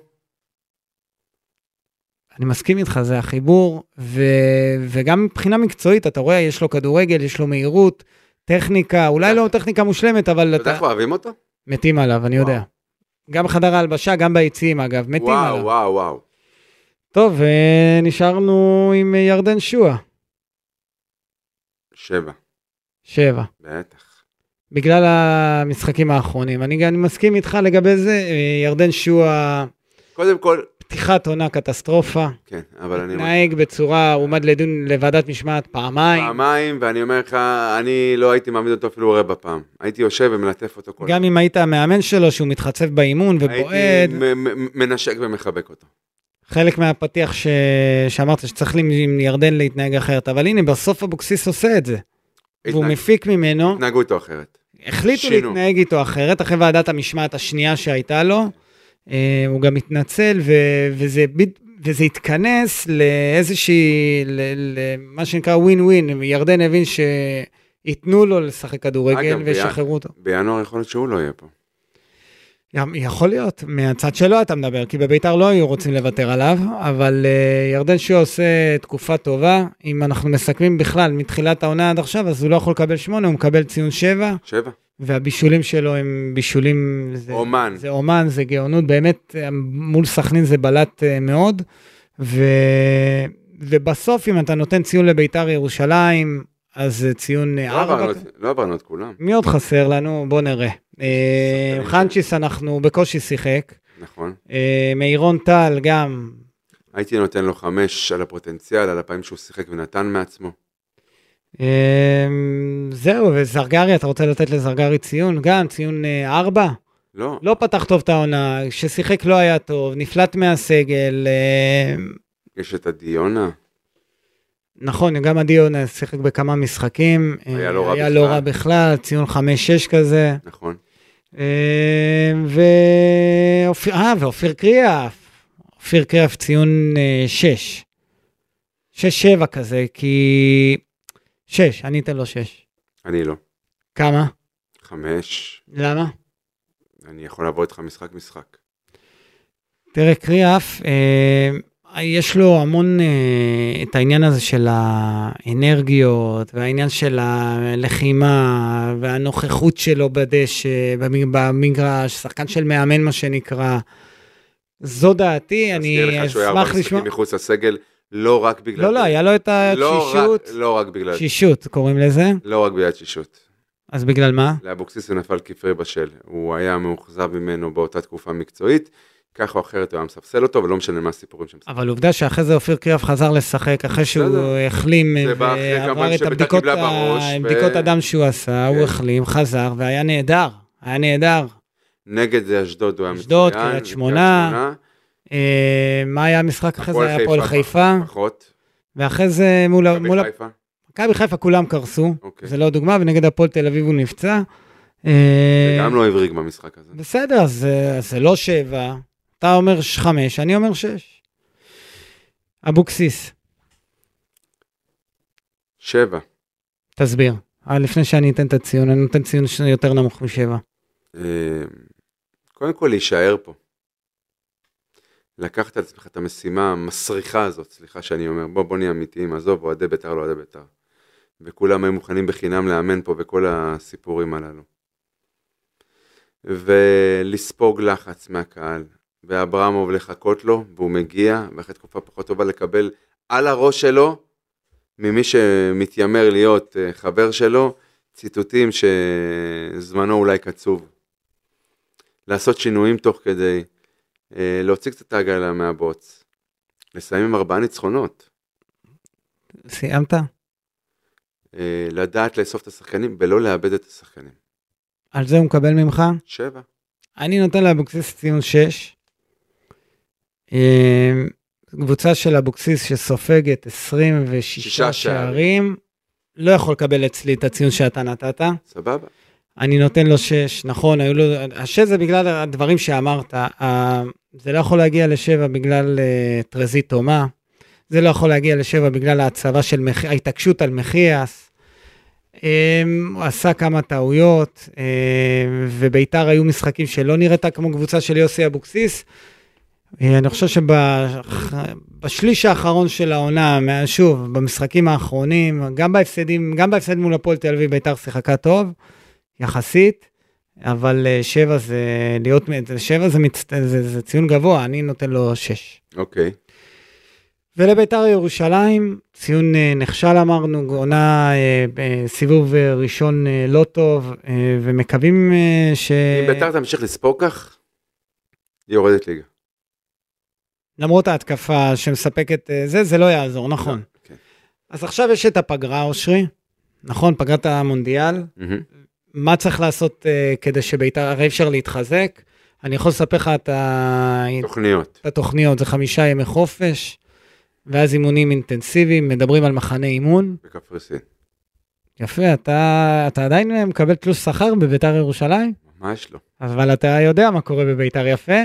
אני מסכים איתך, זה החיבור, וגם מבחינה מקצועית, אתה רואה, יש לו כדורגל, יש לו מהירות, טכניקה, אולי לא טכניקה מושלמת, אבל... אתה יודע איך אוהבים אותו? מתים עליו, אני יודע. גם בחדר ההלבשה, גם ביציעים, אגב, מתים עליו. וואו. טוב, נשארנו עם ירדן שועה. 7. בטח. בגלל המשחקים האחרונים. אני מסכים איתך לגבי זה, ירדן שועה... קודם כל... פתיחת עונה קטסטרופה. כן, אבל אני... נהג בצורה, עומד לדון לוועדת משמעת פעמיים, ואני אומר לך, אני לא הייתי מעמיד אותו אפילו רבע פעם. הייתי יושב ומלטף אותו כל... גם אם היית המאמן שלו, שהוא מתחצף באימון ובועד... הייתי מנשק ומחבק אותו. חלק מהפתיח שאמרת שצריך עם ירדן להתנהג אחרת, אבל הנה, בסוף אבוקסיס עושה את זה. והוא מפיק ממנו... התנהגו איתו אחרת. החליטו להתנהג איתו אחרת, אחרי ועדת המשמעת השנייה שהייתה לו, הוא גם התנצל, וזה התכנס לאיזושהי, מה שנקרא ווין ווין, ירדן הבין שיתנו לו לשחק כדורגל ושחררו אותו. בינואר יכול להיות שהוא לא יהיה פה. יכול להיות, מהצד שלו אתה מדבר, כי בביתר לא היו רוצים לוותר עליו, אבל ירדן שועה עושה תקופה טובה, אם אנחנו מסכמים בכלל מתחילת העונה עד עכשיו, אז הוא לא יכול לקבל 8, הוא מקבל ציון 7. והבישולים שלו הם בישולים, אומן. זה אומן, זה גאונות, באמת מול סכנין זה בלט מאוד, ובסוף אם אתה נותן ציון לביתר ירושלים, אז ציון 4. לא עברנו את כולם. מי עוד חסר לנו? בוא נראה. חנצ'יס אנחנו בקושי שיחק. נכון. מאירון טל גם. הייתי נותן לו 5 על הפוטנציאל, על הפעמים שהוא שיחק ונתן מעצמו. זהו, וזרגרי, אתה רוצה לתת לזרגרי ציון? גם, ציון 4? לא. לא פתח טוב את העונה, ששיחק לא היה טוב, נפלט מהסגל. יש את הדיונה. נכון, גם הדיונה שיחק בכמה משחקים. היה לא רע בכלל. היה לא רע בכלל, ציון 5-6 כזה. נכון. ואופיר קריאף. אופיר קריאף ציון 6. 6-7 כזה, כי... 6, אני אתן לו 6. אני לא. כמה? 5. למה? אני יכול לעבור איתך משחק. תראה, קריאף, יש לו המון את העניין הזה של האנרגיות, והעניין של הלחימה, והנוכחות שלו בדשא, במגרש, שחקן של מאמן מה שנקרא. זו דעתי, אני אשמח לשמוע. מחוץ לסגל, לא רק בגלל... לא, היה לו את השישות. לא רק בגלל... שישות, קוראים לזה? לא רק בגלל שישות. אז בגלל מה? לאבוקסיס הוא נפל כפרי בשל. הוא היה מאוכזב ממנו באותה תקופה מקצועית, ככה או אחרת הוא היה מספסל אותו, ולא משנה מה הסיפורים שם. אבל עובדה שאחרי זה אופיר קריאף חזר לשחק, אחרי שהוא החלים ועבר את הבדיקות הדם שהוא עשה, הוא החלים, חזר, והיה נהדר, היה נהדר. נגד זה אשדוד הוא היה מצוין. אשדוד, קריית שמונה. מה היה המשחק אחרי זה? היה הפועל חיפה. פחות. ואחרי זה מול... חיפה. מכבי חיפה כולם קרסו, זה לא דוגמה, ונגד הפועל תל אביב הוא נפצע. וגם לא הבריג במשחק הזה. בסדר, זה לא 7, אתה אומר 5, אני אומר 6. אבוקסיס. 7. תסביר. לפני שאני אתן את הציון, אני נותן ציון יותר נמוך מ7. קודם כל להישאר פה. לקחת על עצמך את המשימה המסריחה הזאת, סליחה שאני אומר, בוא נהיה אמיתיים, עזוב, אוהדי בית"ר, לא אוהדי בית"ר. וכולם היו מוכנים בחינם לאמן פה וכל הסיפורים הללו. ולספוג לחץ מהקהל, ואברמוב לחכות לו, והוא מגיע, ואחרי תקופה פחות טובה לקבל על הראש שלו, ממי שמתיימר להיות חבר שלו, ציטוטים שזמנו אולי קצוב. לעשות שינויים תוך כדי, להוציא קצת העגלה מהבוץ, לסיים עם 4 ניצחונות. סיימת? לדעת לאסוף את השחקנים, ולא לאבד את השחקנים. על זה הוא מקבל ממך? 7. אני נותן לאבוקסיס ציון 6. קבוצה של אבוקסיס שסופגת 26 שערים, לא יכול לקבל אצלי את הציון שאתה נתת. סבבה. אני נותן לו 6, נכון, היו לו, 6 זה בגלל הדברים שאמרת, זה לא יכול להגיע ל7 בגלל טרזית תומה, זה לא יכול להגיע ל7 בגלל ההצבה של ההתעקשות על מחיאס, הוא עשה כמה טעויות, וביתר היו משחקים שלא נראתה כמו קבוצה של יוסי אבוקסיס, אני חושב שבשליש האחרון של העונה, שוב, במשחקים האחרונים, גם בהפסד מול הפועל תל אביב, ביתר שיחקה טוב, יחסית, אבל 7 זה ציון גבוה, אני נותן לו 6. אוקיי. ולביתר ירושלים, ציון נכשל אמרנו, עונה סיבוב ראשון לא טוב, ומקווים אם ביתר תמשיך לספור כך, היא יורדת ליגה. למרות ההתקפה שמספקת זה לא יעזור, נכון. כן. אז עכשיו יש את הפגרה, אושרי, נכון, פגרת המונדיאל, מה צריך לעשות כדי שביתר, הרי אפשר להתחזק, אני יכול לספר לך את התוכניות, זה 5 ימי חופש, ואז אימונים אינטנסיביים, מדברים על מחנה אימון. בקפריסין. יפה, אתה עדיין מקבל תלוש שכר בביתר ירושלים? ממש לא. אבל אתה יודע מה קורה בביתר יפה.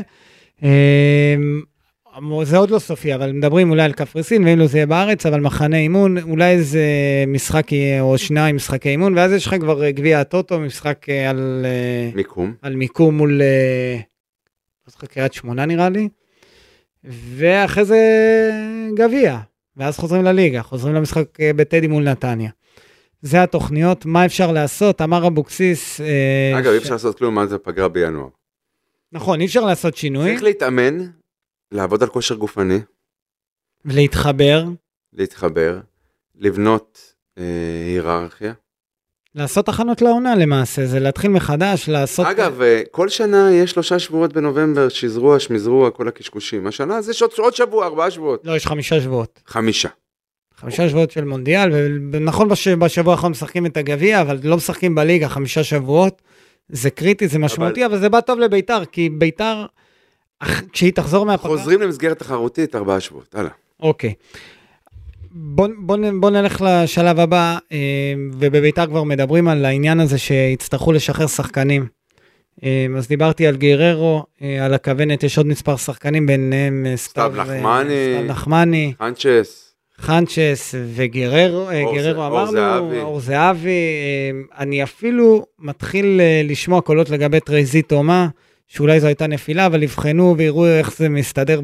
זה עוד לא סופי, אבל מדברים אולי על קפריסין, ואם לא זה יהיה בארץ, אבל מחנה אימון, אולי איזה משחק או 2 משחקי אימון, ואז יש לך כבר גביע הטוטו, משחק על מיקום מול קריית שמונה נראה לי, ואחרי זה גביע, ואז חוזרים לליגה, חוזרים למשחק בטדי מול נתניה. זה התוכניות, מה אפשר לעשות? אמר אבוקסיס... אגב, אי אפשר לעשות כלום, מה זה פגרה בינואר. נכון, אי אפשר לעשות שינוי. צריך להתאמן, לעבוד על כושר גופני. להתחבר. לבנות היררכיה. לעשות הכנות לעונה למעשה, זה להתחיל מחדש, לעשות... אגב, כל שנה יש 3 שבועות בנובמבר, שזרוע, שמזרוע, כל הקשקושים. השנה זה עוד שבוע, 4 שבועות. לא, יש 5 שבועות. 5. 5 שבועות של מונדיאל, ונכון בשבוע האחרון משחקים את הגביע, אבל לא משחקים בליגה 5 שבועות. זה קריטי, זה משמעותי, אבל זה בא טוב לביתר, כי ביתר, כשהיא תחזור מהפגרה... חוזרים למסגרת תחרותית 4 שבועות, הלאה. אוקיי. בוא נלך לשלב הבא, ובביתר כבר מדברים על העניין הזה שיצטרכו לשחרר שחקנים. אז דיברתי על גררו, על הכוונת, יש עוד מספר שחקנים, ביניהם סתיו נחמני, חנצ'ס וגררו, אמרנו, אור זהבי. אני אפילו מתחיל לשמוע קולות לגבי טרייזי תומה, שאולי זו הייתה נפילה, אבל יבחנו ויראו איך זה מסתדר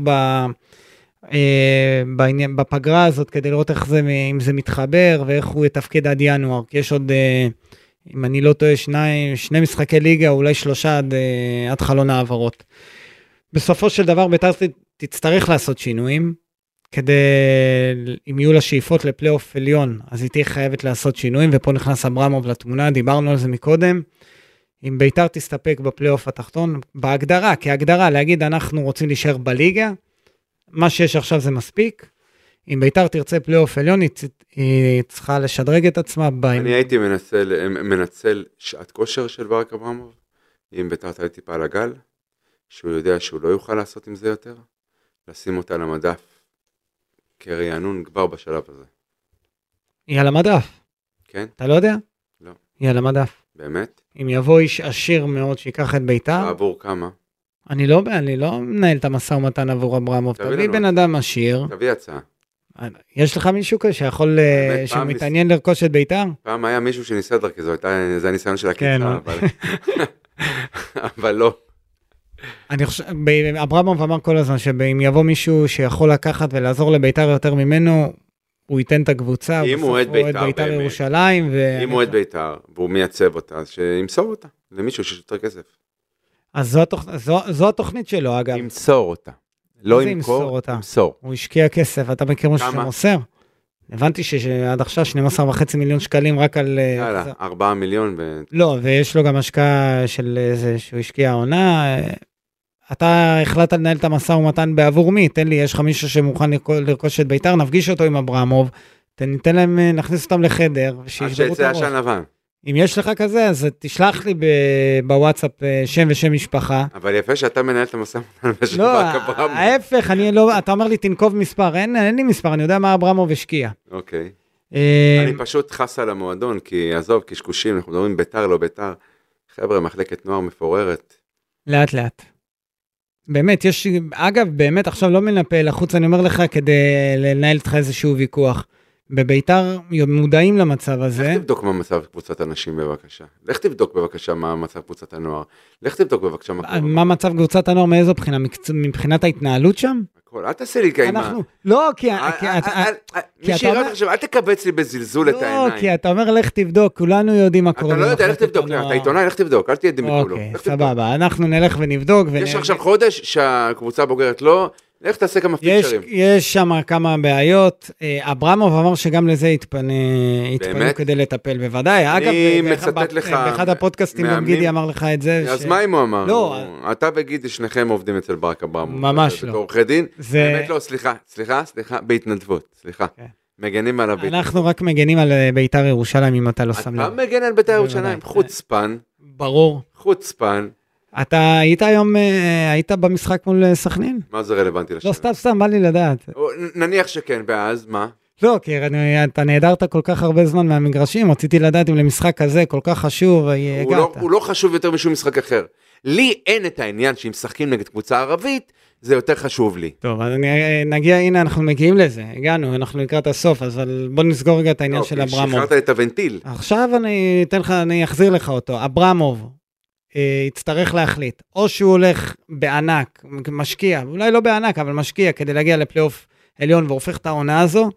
בפגרה הזאת, כדי לראות איך זה, אם זה מתחבר, ואיך הוא יתפקד עד ינואר, כי יש עוד, אם אני לא טועה, 2 משחקי ליגה, אולי 3 עד חלון העברות. בסופו של דבר, ביתר תצטרך לעשות שינויים, כדי, אם יהיו לה שאיפות לפלייאוף עליון, אז היא תהיה חייבת לעשות שינויים, ופה נכנס אברמוב לתמונה, דיברנו על זה מקודם, אם ביתר תסתפק בפלייאוף התחתון, בהגדרה, כהגדרה, להגיד, אנחנו רוצים להישאר בליגה, מה שיש עכשיו זה מספיק. אם ביתר תרצה פלייאוף עליון, היא צריכה לשדרג את עצמה. אני הייתי מנצל שעת כושר של ברק אברמוב, אם ביתר תהיה טיפה על הגל, שהוא יודע שהוא לא יוכל לעשות עם זה יותר, לשים אותה על המדף, כרענון כבר בשלב הזה. היא על המדף. כן? אתה לא יודע? לא. היא על המדף. באמת? אם יבוא איש עשיר מאוד שיקח את ביתר. עבור כמה? אני לא מנהל את המשא ומתן עבור אברמוב, תביא בן אדם עשיר. תביא הצעה. יש לך מישהו כזה שיכול, שמתעניין לרכוש את ביתר? פעם היה מישהו שניסה דרכי, זה הניסיון של הקיצה, אבל לא. אני חושב, אברמוב אמר כל הזמן, שאם יבוא מישהו שיכול לקחת ולעזור לביתר יותר ממנו, הוא ייתן את הקבוצה, אם הוא אוהד ביתר ירושלים. אם הוא אוהד ביתר, והוא מייצב אותה, אז שימסור אותה למישהו שיש יותר כסף. אז זו התוכנית שלו, אגב. ימסור אותה. לא ימכור, ימסור. הוא השקיע כסף, אתה מכיר משהו שמוסר? הבנתי שעד עכשיו 12.5 מיליון שקלים רק על... יאללה, 4 מיליון. לא, ויש לו גם השקעה של זה שהוא השקיע העונה. אתה החלטת לנהל את המשא ומתן בעבור מי? תן לי, יש לך מישהו שמוכן לרכוש את ביתר, נפגיש אותו עם אברמוב, ניתן להם, נכניס אותם לחדר, שישדרו את הראש. אם יש לך כזה, אז תשלח לי בוואטסאפ שם ושם משפחה. אבל יפה שאתה מנהל את המשא ומתן. לא, ההפך, אתה אומר לי תנקוב מספר, אין לי מספר, אני יודע מה אברמוב השקיע. אוקיי. אני פשוט חס על המועדון, כי עזוב, קשקושים, אנחנו מדברים ביתר, לא ביתר. חבר'ה, מחלקת נוער מפוררת. לאט לאט. באמת, יש, אגב, באמת, עכשיו לא מנפה לחוץ, אני אומר לך, כדי לנהל איתך איזשהו ויכוח. בביתר מודעים למצב הזה. לך תבדוק מה מצב קבוצת הנשים בבקשה. לך תבדוק בבקשה מה מצב קבוצת הנוער. לך תבדוק בבקשה מה מצב קבוצת הנוער, מאיזו בחינה? מבחינת ההתנהלות שם? הכל, אל תעשה לי כאימה. לא, כי... מי שיראה עכשיו, אל תקבץ לי בזלזול את העיניים. לא, כי אתה אומר, לך תבדוק, כולנו יודעים מה קורה. אתה לא יודע, לך תבדוק, אתה עיתונאי, לך תבדוק, אל תהיה דמיקולו. אוקיי, סבבה, אנחנו נלך ונבדוק. יש עכשיו חודש שהקבוצה בוגרת לא, לך תעשה כמה פיצ'רים. יש שם כמה בעיות, אברמוב אמר שגם לזה התפנו כדי לטפל, בוודאי. אגב, באחד הפודקאסטים גם גידי אמר לך את זה. אז מה אם הוא אמר? לא. אתה וגידי שניכם עובדים אצל ברק אברמוב. ממש לא. עורכי דין? באמת לא, סליחה, בהתנדבות, סליחה. מגנים על הביתר. אנחנו רק מגנים על ביתר ירושלים, אם אתה לא שם לב. אתה מגן על ביתר ירושלים, חוצפן. ברור. חוצפן. אתה היית במשחק מול סכנין? מה זה רלוונטי לשם? לא, סתם, בא לי לדעת. נניח שכן, ואז מה? לא, כי אתה נהדרת כל כך הרבה זמן מהמגרשים, רציתי לדעת אם למשחק כזה כל כך חשוב, הגעת. הוא לא חשוב יותר משום משחק אחר. לי אין את העניין שאם משחקים נגד קבוצה ערבית, זה יותר חשוב לי. טוב, אז נגיע, הנה, אנחנו מגיעים לזה, הגענו, אנחנו לקראת הסוף, אז בוא נסגור רגע את העניין של אברמוב. שחררת את הוונטיל. עכשיו אני אחזיר לך אותו, אברמוב. יצטרך להחליט, או שהוא הולך בענק, משקיע, אולי לא בענק, אבל משקיע, כדי להגיע לפלייאוף עליון, והופך את העונה הזו,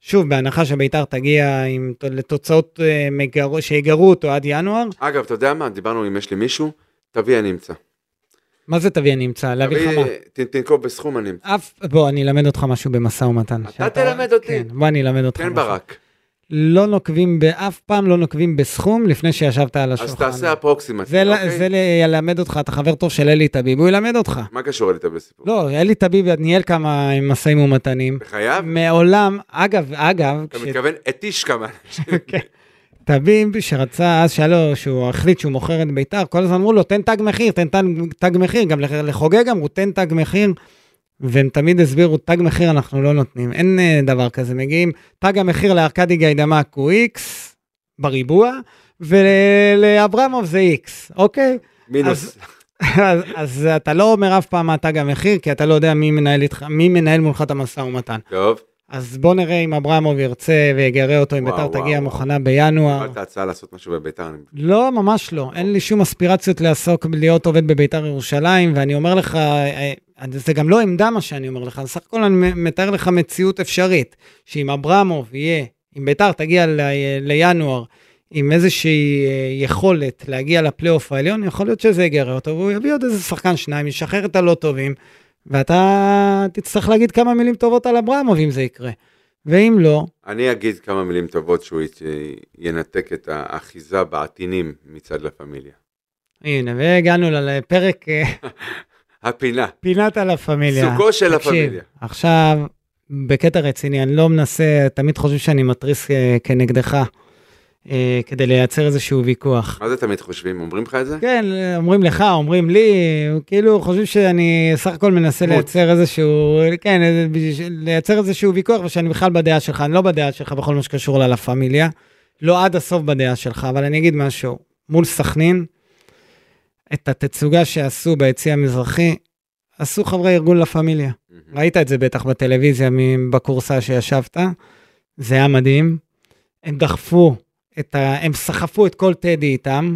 שוב, בהנחה שביתר תגיע לתוצאות שיגרו אותו עד ינואר. אגב, אתה יודע מה? דיברנו אם יש לי מישהו, תביא אני אמצא. מה זה תביא אני אמצא? להביא לך מה? תנקוב בסכום אני אמצא. בוא, אני אלמד אותך משהו במשא ומתן. אתה תלמד אותי. כן, בוא, אני אלמד אותך כן משהו. ברק. לא נוקבים, אף פעם לא נוקבים בסכום לפני שישבת על השולחן. אז תעשה אפרוקסימציה, אוקיי? זה ילמד אותך, אתה חבר טוב של אלי טביב, הוא ילמד אותך. מה קשור אלי טביב בסיפור? לא, אלי טביב ניהל כמה משאים ומתנים. בחייו? מעולם, אגב... אתה מתכוון אתיש כמה. כן. טביב שרצה, אז שאלו, שהוא החליט שהוא מוכר את ביתר, כל הזמן אמרו לו, תן תג מחיר, תן תג מחיר, גם לחוגג אמרו, תן תג מחיר, והם תמיד הסבירו, תג מחיר אנחנו לא נותנים, אין דבר כזה, מגיעים, תג המחיר לארקדי גיידמק הוא X בריבוע, ולאברמוב זה X, אוקיי? מינוס. אז אתה לא אומר אף פעם מה תג המחיר, כי אתה לא יודע מי מנהל מולך את המשא ומתן. טוב. אז בוא נראה אם אברמוב ירצה ויגרה אותו, אם ביתר תגיע מוכנה בינואר. אתה הצעה לעשות משהו בביתר? לא, ממש לא. אין לי שום אספירציות לעסוק, להיות עובד בביתר ירושלים, ואני אומר לך, זה גם לא עמדה מה שאני אומר לך, סך הכל אני מתאר לך מציאות אפשרית, שאם אברמוב יהיה, אם ביתר תגיע לינואר, עם איזושהי יכולת להגיע לפלייאוף העליון, יכול להיות שזה יגרה אותו, והוא יביא עוד איזה שחקן שניים, ישחרר את הלא טובים, ואתה תצטרך להגיד כמה מילים טובות על אברמוב אם זה יקרה. ואם לא... אני אגיד כמה מילים טובות שהוא ינתק את האחיזה בעטינים מצד לפמיליה. הנה, והגענו לפרק... הפינה. פינת על הפמיליה. סוכו של הפמיליה. עכשיו, בקטע רציני, אני לא מנסה, תמיד חושב שאני מטריס כנגדך. כדי לייצר איזשהו ויכוח. מה זה תמיד חושבים? אומרים לך את זה? כן, אומרים לך, אומרים לי, כאילו חושבים שאני סך הכל מנסה לייצר איזשהו, כן, לייצר איזשהו ויכוח, ושאני בכלל בדעה שלך, אני לא בדעה שלך בכל מה שקשור לה לפמיליה, לא עד הסוף בדעה שלך, אבל אני אגיד משהו, מול סכנין, את התצוגה שעשו ביציע המזרחי, עשו חברי ארגון לפמיליה. ראית את זה בטח בטלוויזיה, בקורסה שישבת, זה היה מדהים, הם דחפו, הם סחפו את כל טדי איתם,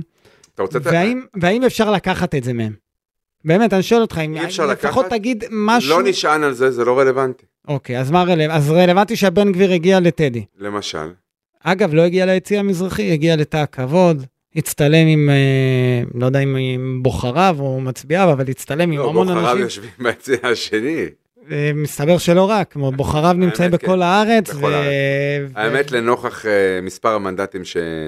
והאם אפשר לקחת את זה מהם? באמת, אני שואל אותך, אם לפחות תגיד משהו... לא נשען על זה, זה לא רלוונטי. אוקיי, אז מה רלוונטי? אז רלוונטי שהבן גביר הגיע לטדי. למשל. אגב, לא הגיע ליציע המזרחי, הגיע לתא הכבוד, הצטלם עם, לא יודע אם עם בוחריו או מצביעיו, אבל הצטלם עם המון אנשים. לא, בוחריו יושבים ביציע השני. מסתבר שלא רק, כמו בוחריו נמצאים בכל הארץ. האמת לנוכח מספר המנדטים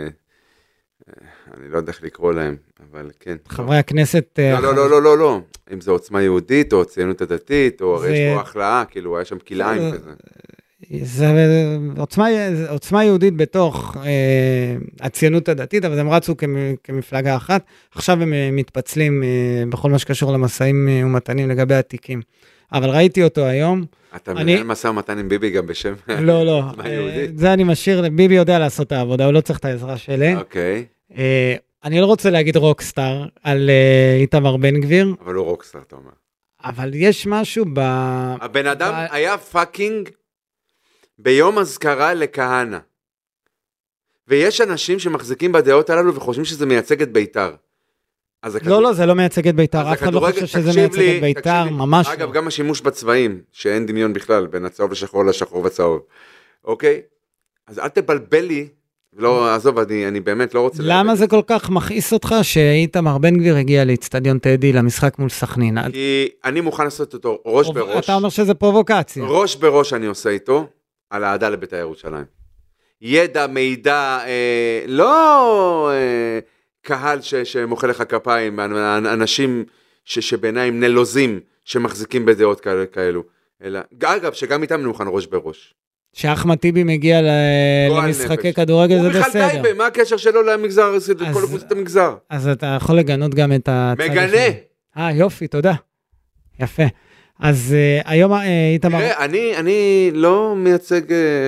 אני לא יודע איך לקרוא להם, אבל כן. חברי הכנסת... לא. אם זה עוצמה יהודית, או ציונות הדתית, או הרי יש פה החלאה, כאילו היה שם כלאיים כזה. זה עוצמה יהודית בתוך הציונות הדתית, אבל הם רצו כמפלגה אחת. עכשיו הם מתפצלים בכל מה שקשור למסעים ומתנים לגבי התיקים. אבל ראיתי אותו היום. אתה מנהל מסע ומתן עם ביבי גם בשם... לא. זה אני משאיר, ביבי יודע לעשות את העבודה, הוא לא צריך את העזרה שלי. אוקיי. אני לא רוצה להגיד רוקסטאר על איתמר בן גביר. אבל הוא רוקסטאר, אתה אומר. אבל יש משהו הבן אדם היה פאקינג ביום הזכרה לכהנה. ויש אנשים שמחזיקים בדעות הללו וחושבים שזה מייצג את ביתר. לא, זה לא מייצג את ביתר, אף אחד לא חושב שזה מייצג את ביתר, ממש לא. אגב, גם השימוש בצבעים, שאין דמיון בכלל, בין הצהוב לשחור לשחור וצהוב. אוקיי? אז אל תבלבל לי, לא, עזוב, אני באמת לא רוצה... למה זה כל כך מכעיס אותך שאיתמר בן גביר הגיע לאצטדיון טדי למשחק מול סכנין? כי אני מוכן לעשות אותו ראש בראש. אתה אומר שזה פרובוקציה. ראש בראש אני עושה איתו, על האהדה לבית"ר ירושלים. ידע, מידע, לא קהל שמוחא לך כפיים, אנשים שבעיניים נלוזים שמחזיקים בדעות כאלו. אלא, אגב, שגם איתם אני מוכן ראש בראש. שאחמד טיבי מגיע למשחקי כדורגל, זה בסדר. הוא בכלל טייבה, מה הקשר שלו למגזר, כל קבוצת המגזר? אז אתה יכול לגנות גם את הצד השני. מגנה. יופי, תודה. יפה. אז היום איתמר... תראה, אני לא מייצג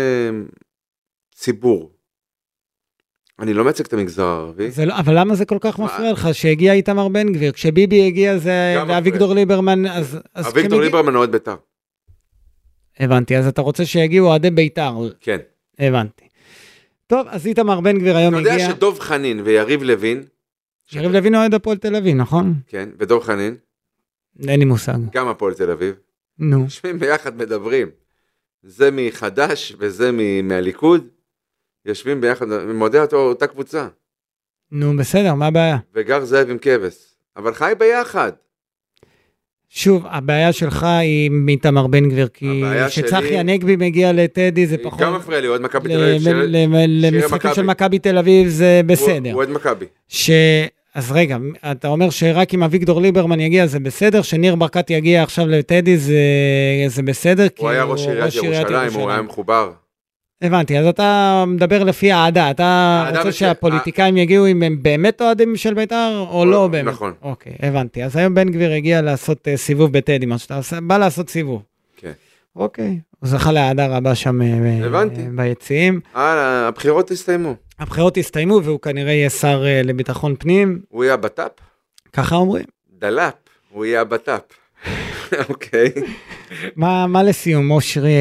ציבור. אני לא מייצג את המגזר הערבי. אבל למה זה כל כך מפריע לך? שהגיע איתמר בן גביר, כשביבי הגיע זה ואביגדור ליברמן, אז... אביגדור ליברמן אוהד בית"ר. הבנתי, אז אתה רוצה שיגיעו אוהדי בית"ר. כן. הבנתי. טוב, אז איתמר בן גביר היום הגיע... אתה יודע שדוב חנין ויריב לוין... יריב לוין אוהד הפועל תל אביב, נכון? כן, ודוב חנין? אין לי מושג. גם הפועל תל אביב. נו. יושבים ביחד מדברים. זה מחדש וזה מהליכוד, יושבים ביחד, מודה אותה קבוצה. נו, בסדר, מה הבעיה? וגר זאב עם כבש, אבל חי ביחד. שוב, הבעיה שלך היא מתמר בן גביר, כי שצחי הנגבי מגיע לטדי זה פחות... גם מפריע לי, אוהד מכבי תל אביב. למשחקים של מכבי תל אביב זה בסדר. אוהד מכבי. אז רגע, אתה אומר שרק אם אביגדור ליברמן יגיע זה בסדר, שניר ברקת יגיע עכשיו לטדי זה בסדר, הוא היה ראש עיריית ירושלים, הוא היה מחובר. הבנתי, אז אתה מדבר לפי העדה, אתה רוצה שהפוליטיקאים יגיעו אם הם באמת אוהדים של בית"ר או לא באמת? נכון. אוקיי, הבנתי. אז היום בן גביר הגיע לעשות סיבוב בטדי, מה שאתה בא לעשות סיבוב. כן. אוקיי, הוא זכה להעדה רבה שם ביציעים. הבחירות הסתיימו. הבחירות הסתיימו והוא כנראה יהיה שר לביטחון פנים. הוא יהיה בט"פ? ככה אומרים. דל"פ, הוא יהיה בט"פ. אוקיי. מה לסיום, אושרי?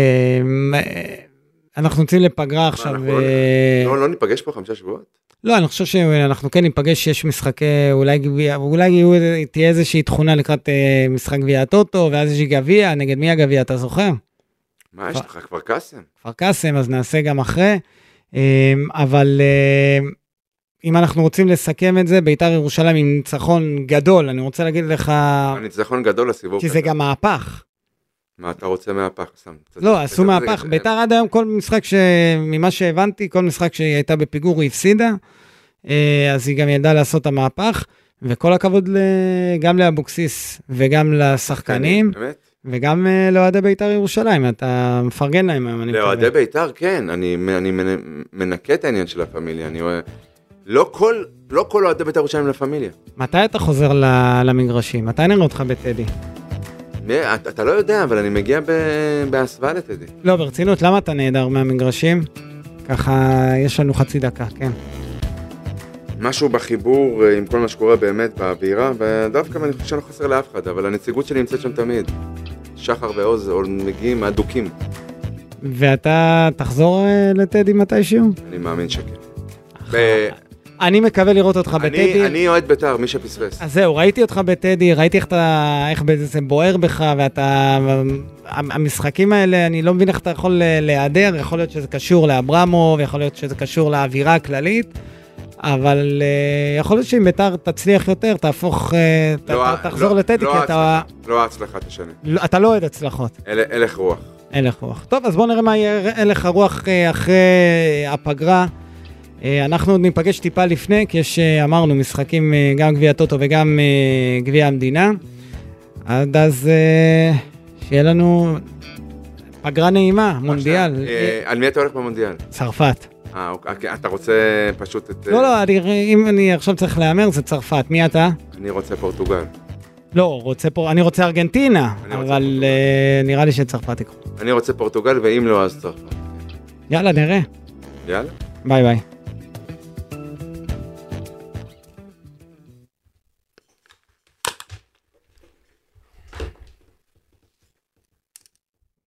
אנחנו יוצאים לפגרה עכשיו. לא ניפגש פה 5 שבועות? לא, אני חושב שאנחנו כן ניפגש שיש משחקי, אולי תהיה איזושהי תכונה לקראת משחק גביע הטוטו, ואז יש גביע, נגד מי הגביע, אתה זוכר? מה יש לך, כפר קאסם? כפר קאסם, אז נעשה גם אחרי, אבל אם אנחנו רוצים לסכם את זה, בית"ר ירושלים עם ניצחון גדול, אני רוצה להגיד לך... ניצחון גדול לסיבוב. כי זה גם מהפך. מה אתה רוצה מהפך? לא, עשו מהפך. בית"ר עד היום כל משחק ממה שהבנתי, כל משחק שהיא הייתה בפיגור היא הפסידה, אז היא גם ידעה לעשות המהפך, וכל הכבוד גם לאבוקסיס וגם לשחקנים, וגם לאוהדי בית"ר ירושלים, אתה מפרגן להם. לאוהדי בית"ר, כן, אני מנקה את העניין של הפמיליה, לא כל אוהדי בית"ר ירושלים לפמיליה. מתי אתה חוזר למגרשים? מתי נראה אותך בטדי? אתה לא יודע, אבל אני מגיע בהסוואה לטדי. לא, ברצינות, למה אתה נהדר מהמגרשים? ככה, יש לנו חצי דקה, כן. משהו בחיבור עם כל מה שקורה באמת באווירה, ודווקא אני חושב שאני לא חסר לאף אחד, אבל הנציגות שלי נמצאת שם תמיד. שחר ועוז מגיעים אדוקים. ואתה תחזור לטדי מתישהו? אני מאמין שכן. אני מקווה לראות אותך בטדי. אני אוהד בית"ר, מי שפספס. אז זהו, ראיתי אותך בטדי, ראיתי איך זה בוער בך, המשחקים האלה, אני לא מבין איך אתה יכול להיעדר, יכול להיות שזה קשור לאברמוב, יכול להיות שזה קשור לאווירה הכללית, אבל יכול להיות שאם בית"ר תצליח יותר, תחזור לטדי, כי אתה... לא ההצלחה תשנה. אתה לא אוהד הצלחות. הלך רוח. הלך רוח. טוב, אז בואו נראה מה יהיה הלך הרוח אחרי הפגרה. אנחנו עוד ניפגש טיפה לפני, כי יש, אמרנו, משחקים גם גביע הטוטו וגם גביע המדינה. עד אז שיהיה לנו פגרה נעימה, מונדיאל. על מי אתה הולך במונדיאל? צרפת. אתה רוצה פשוט את... לא, אם אני עכשיו צריך להאמר, זה צרפת. מי אתה? אני רוצה פורטוגל. לא, אני רוצה ארגנטינה, אבל נראה לי שצרפת יקחו. אני רוצה פורטוגל, ואם לא, אז צרפת. יאללה, נראה. יאללה. ביי ביי.